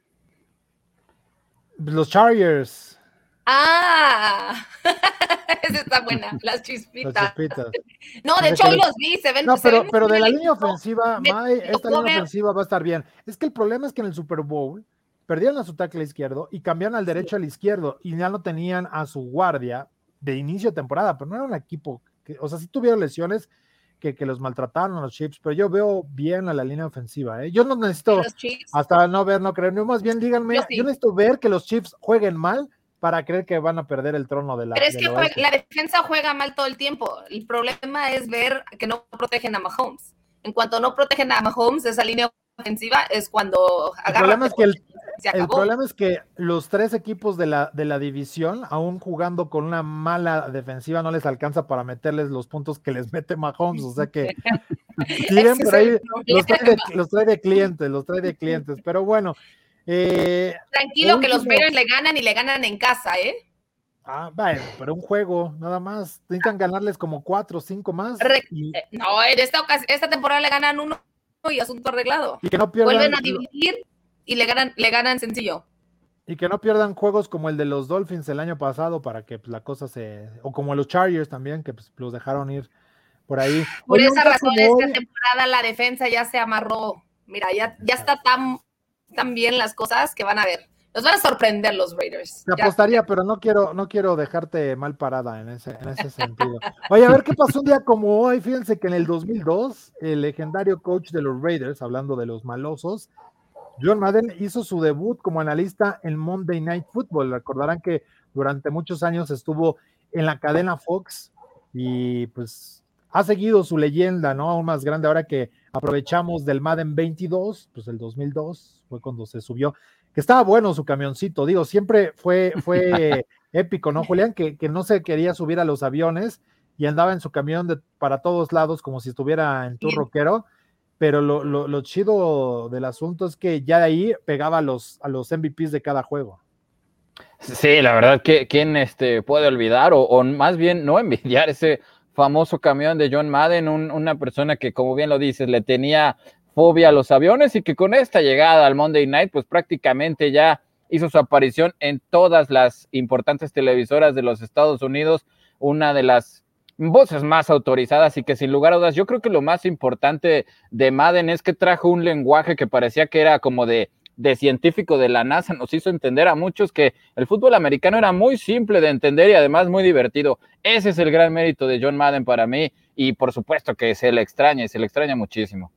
Los Chargers. Ah, esa está buena, las chispitas. Las chispitas. No, de hecho hoy los vi, se ven. No, se pero, ven pero de la línea ofensiva, May, esta línea ofensiva va a estar bien. Es que el problema es que en el Super Bowl perdieron a su tackle izquierdo y cambiaron al derecho al izquierdo y ya no tenían a su guardia de inicio de temporada, pero no era un equipo, que, o sea, sí tuvieron lesiones que, que los maltrataron a los Chiefs, pero yo veo bien a la línea ofensiva, ¿eh? Yo no necesito hasta no ver, no creer, no, más bien díganme, yo, sí. yo necesito ver que los Chiefs jueguen mal para creer que van a perder el trono de la Pero es que juega, la defensa juega mal todo el tiempo. El problema es ver que no protegen a Mahomes. En cuanto no protegen a Mahomes, esa línea ofensiva es cuando el problema es que el, el problema es que los tres equipos de la, de la división, aún jugando con una mala defensiva, no les alcanza para meterles los puntos que les mete Mahomes, o sea que siguen por ahí, los trae, de, los trae de clientes, los trae de clientes, pero bueno. Eh, Tranquilo último, que los Raiders le ganan y le ganan en casa, ¿eh? Ah, bueno, pero un juego, nada más. Necesitan ganarles como cuatro o cinco más. Re y... No, en esta ocasión, esta temporada le ganan uno y asunto arreglado. Y que no pierdan, vuelven a dividir y le ganan, le ganan sencillo. Y que no pierdan juegos como el de los Dolphins el año pasado para que pues, la cosa se... O como los Chargers también, que pues, los dejaron ir por ahí. Por Oye, esa razón esta hoy... temporada la defensa ya se amarró. Mira, ya, ya está tan... también las cosas que van a ver. Los van a sorprender los Raiders. Te apostaría, pero no quiero, no quiero dejarte mal parada en ese, en ese sentido. Oye, a ver qué pasó un día como hoy. Fíjense que en el dos mil dos, el legendario coach de los Raiders, hablando de los malosos, John Madden hizo su debut como analista en Monday Night Football. Recordarán que durante muchos años estuvo en la cadena Fox y pues ha seguido su leyenda, ¿no? Aún más grande ahora que aprovechamos del Madden veintidós, pues el dos mil dos fue cuando se subió, que estaba bueno su camioncito, digo, siempre fue, fue épico, ¿no, Julián? Que, que no se quería subir a los aviones y andaba en su camión de, para todos lados como si estuviera en tu rockero, pero lo, lo, lo chido del asunto es que ya de ahí pegaba a los, a los M V Pes de cada juego. Sí, la verdad, que ¿quién este, puede olvidar o, o más bien no envidiar ese famoso camión de John Madden, un, una persona que, como bien lo dices, le tenía fobia a los aviones y que con esta llegada al Monday Night, pues prácticamente ya hizo su aparición en todas las importantes televisoras de los Estados Unidos, una de las voces más autorizadas y que sin lugar a dudas, yo creo que lo más importante de Madden es que trajo un lenguaje que parecía que era como de de científico de la NASA, nos hizo entender a muchos que el fútbol americano era muy simple de entender y además muy divertido. Ese es el gran mérito de John Madden para mí y por supuesto que se le extraña y se le extraña muchísimo.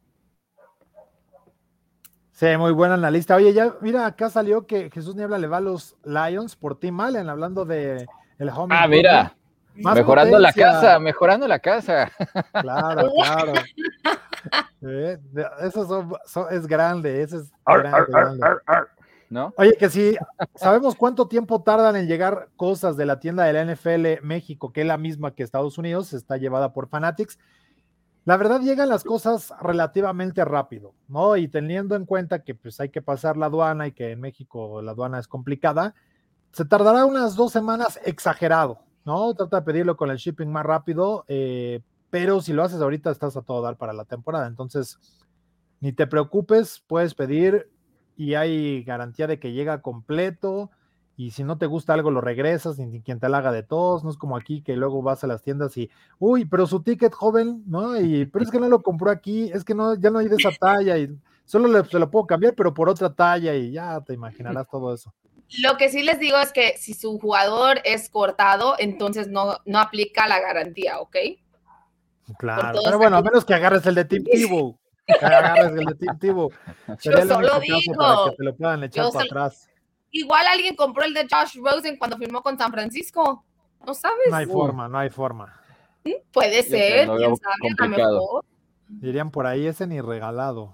Sí, muy buena analista. Oye, ya mira, acá salió que Jesús Niebla le va a los Lions por Tim Allen, hablando de el home. Ah, mira, más mejorando potencia. la casa, mejorando la casa. Claro, claro. Eh, eso son, son, es grande, eso es grande, ar, ar, grande. Ar, ar, ¿no? Oye, que si sabemos cuánto tiempo tardan en llegar cosas de la tienda de la N F L México, que es la misma que Estados Unidos, está llevada por Fanatics. La verdad llegan las cosas relativamente rápido, ¿no? Y teniendo en cuenta que pues hay que pasar la aduana y que en México la aduana es complicada, se tardará unas dos semanas exagerado, ¿no? Trata de pedirlo con el shipping más rápido, eh, pero si lo haces ahorita estás a todo dar para la temporada, entonces ni te preocupes, puedes pedir y hay garantía de que llega completo y si no te gusta algo lo regresas, ni quien te la haga de todos, no es como aquí que luego vas a las tiendas y, uy, pero su ticket joven, ¿no? Y, pero es que no lo compró aquí, es que no, ya no hay de esa talla y solo le, se lo puedo cambiar, pero por otra talla y ya te imaginarás todo eso. Lo que sí les digo es que si su jugador es cortado, entonces no, no aplica la garantía, ¿ok? Claro, pero bueno, a menos que agarres el de Tim Tebow, que agarres el de Tim Tebow. Yo solo digo. Para que te lo puedan echar para solo... atrás. Igual alguien compró el de Josh Rosen cuando firmó con San Francisco, ¿no sabes? No hay forma, no hay forma. Puede ser, quién sabe, a lo mejor. Dirían por ahí, ese ni regalado.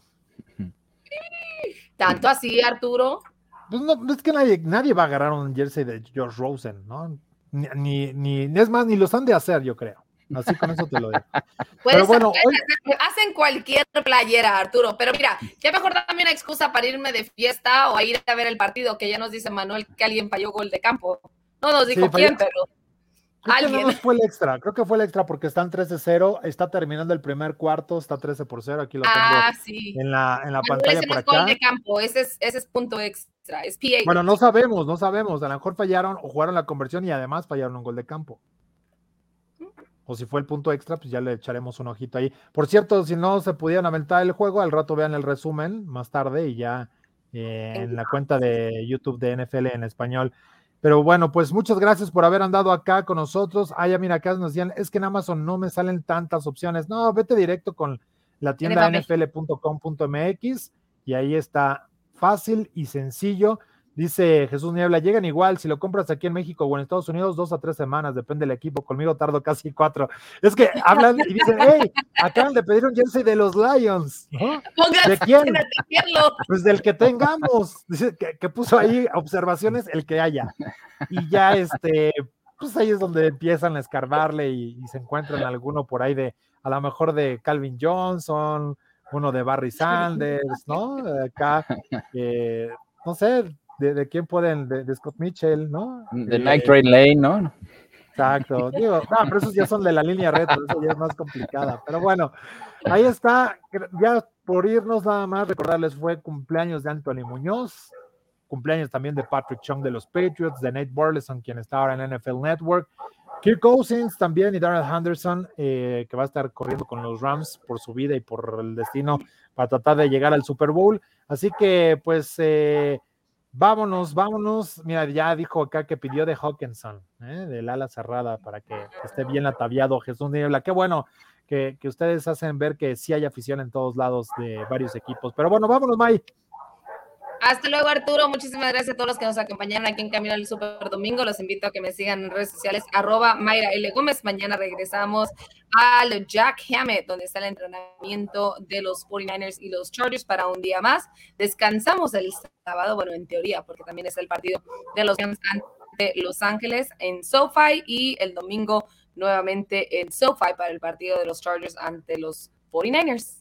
¿Tanto así, Arturo? Pues no, es que nadie, nadie va a agarrar un jersey de Josh Rosen, ¿no? Ni, ni, ni, es más, ni los han de hacer, yo creo. Así con eso te lo digo. Pero bueno, hoy... hacen cualquier playera, Arturo, pero mira, qué mejor también una excusa para irme de fiesta o a ir a ver el partido, que ya nos dice Manuel que alguien falló gol de campo. No nos dijo sí, quién, pero creo alguien. Que no fue el extra, creo que fue el extra porque están trece cero, está terminando el primer cuarto, está trece por cero, aquí lo tengo ah, sí. en la, en la Manuel, pantalla ese por no es acá. Gol de campo, ese es, ese es punto extra, es P A. Bueno, no sabemos, no sabemos, a lo mejor fallaron o jugaron la conversión y además fallaron un gol de campo. O si fue el punto extra, pues ya le echaremos un ojito ahí. Por cierto, si no se pudieran aventar el juego, al rato vean el resumen más tarde y ya eh, en la cuenta de YouTube de N F L en español. Pero bueno, pues muchas gracias por haber andado acá con nosotros. Ah, ya mira, acá nos decían, es que en Amazon no me salen tantas opciones. No, vete directo con la tienda N F L punto com punto M X y ahí está fácil y sencillo. Dice Jesús Niebla, llegan igual, si lo compras aquí en México o en Estados Unidos, dos a tres semanas, depende del equipo, conmigo tardo casi cuatro. Es que hablan y dicen, hey, acaban de pedir un jersey de los Lions, ¿no? ¿De quién? Pues del que tengamos, dice que, que puso ahí observaciones, el que haya. Y ya, este, pues ahí es donde empiezan a escarbarle y, y se encuentran alguno por ahí de, a lo mejor de Calvin Johnson, uno de Barry Sanders, ¿no? Acá, eh, no sé, De, de quién pueden, de, de Scott Mitchell, ¿no? De Night Train Lane, ¿no? Exacto, digo, no, pero esos ya son de la línea retro, eso ya es más complicada, pero bueno, ahí está, ya por irnos nada más, recordarles, fue cumpleaños de Anthony Muñoz, cumpleaños también de Patrick Chung de los Patriots, de Nate Burleson, quien está ahora en N F L Network, Kirk Cousins también y Darrell Henderson, eh, que va a estar corriendo con los Rams por su vida y por el destino para tratar de llegar al Super Bowl, así que pues, eh, Vámonos, vámonos. Mira, ya dijo acá que pidió de Hawkinson, ¿eh? Del ala cerrada, para que esté bien ataviado Jesús Niebla. Qué bueno que, que ustedes hacen ver que sí hay afición en todos lados de varios equipos. Pero bueno, vámonos, May. Hasta luego, Arturo. Muchísimas gracias a todos los que nos acompañaron aquí en Camino al Super Domingo. Los invito a que me sigan en redes sociales, arroba Mayra L. Gómez. Mañana regresamos al Jack Hammett, donde está el entrenamiento de los cuarenta y nueve ers y los Chargers para un día más. Descansamos el sábado, bueno, en teoría, porque también está el partido de los Rams ante Los Ángeles en SoFi y el domingo nuevamente en SoFi para el partido de los Chargers ante los cuarenta y nueve ers.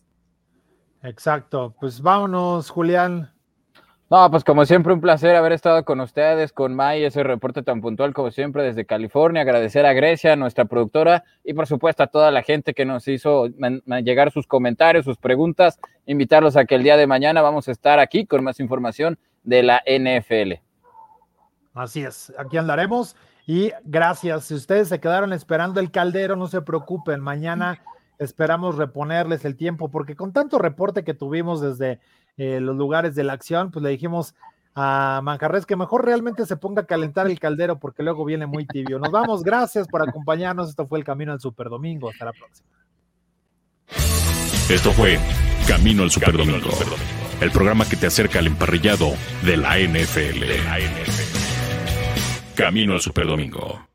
Exacto. Pues vámonos, Julián. No, pues como siempre un placer haber estado con ustedes, con May, ese reporte tan puntual como siempre desde California, agradecer a Grecia, nuestra productora, y por supuesto a toda la gente que nos hizo man- man llegar sus comentarios, sus preguntas, invitarlos a que el día de mañana vamos a estar aquí con más información de la N F L. Así es, aquí andaremos y gracias. Si ustedes se quedaron esperando el caldero, no se preocupen, mañana esperamos reponerles el tiempo, porque con tanto reporte que tuvimos desde eh, los lugares de la acción, pues le dijimos a Manjarres que mejor realmente se ponga a calentar el caldero, porque luego viene muy tibio. Nos vamos, gracias por acompañarnos, esto fue el Camino al Super Domingo, hasta la próxima. Esto fue Camino al Super Domingo, el programa que te acerca al emparrillado de la N F L. Camino al Super Domingo.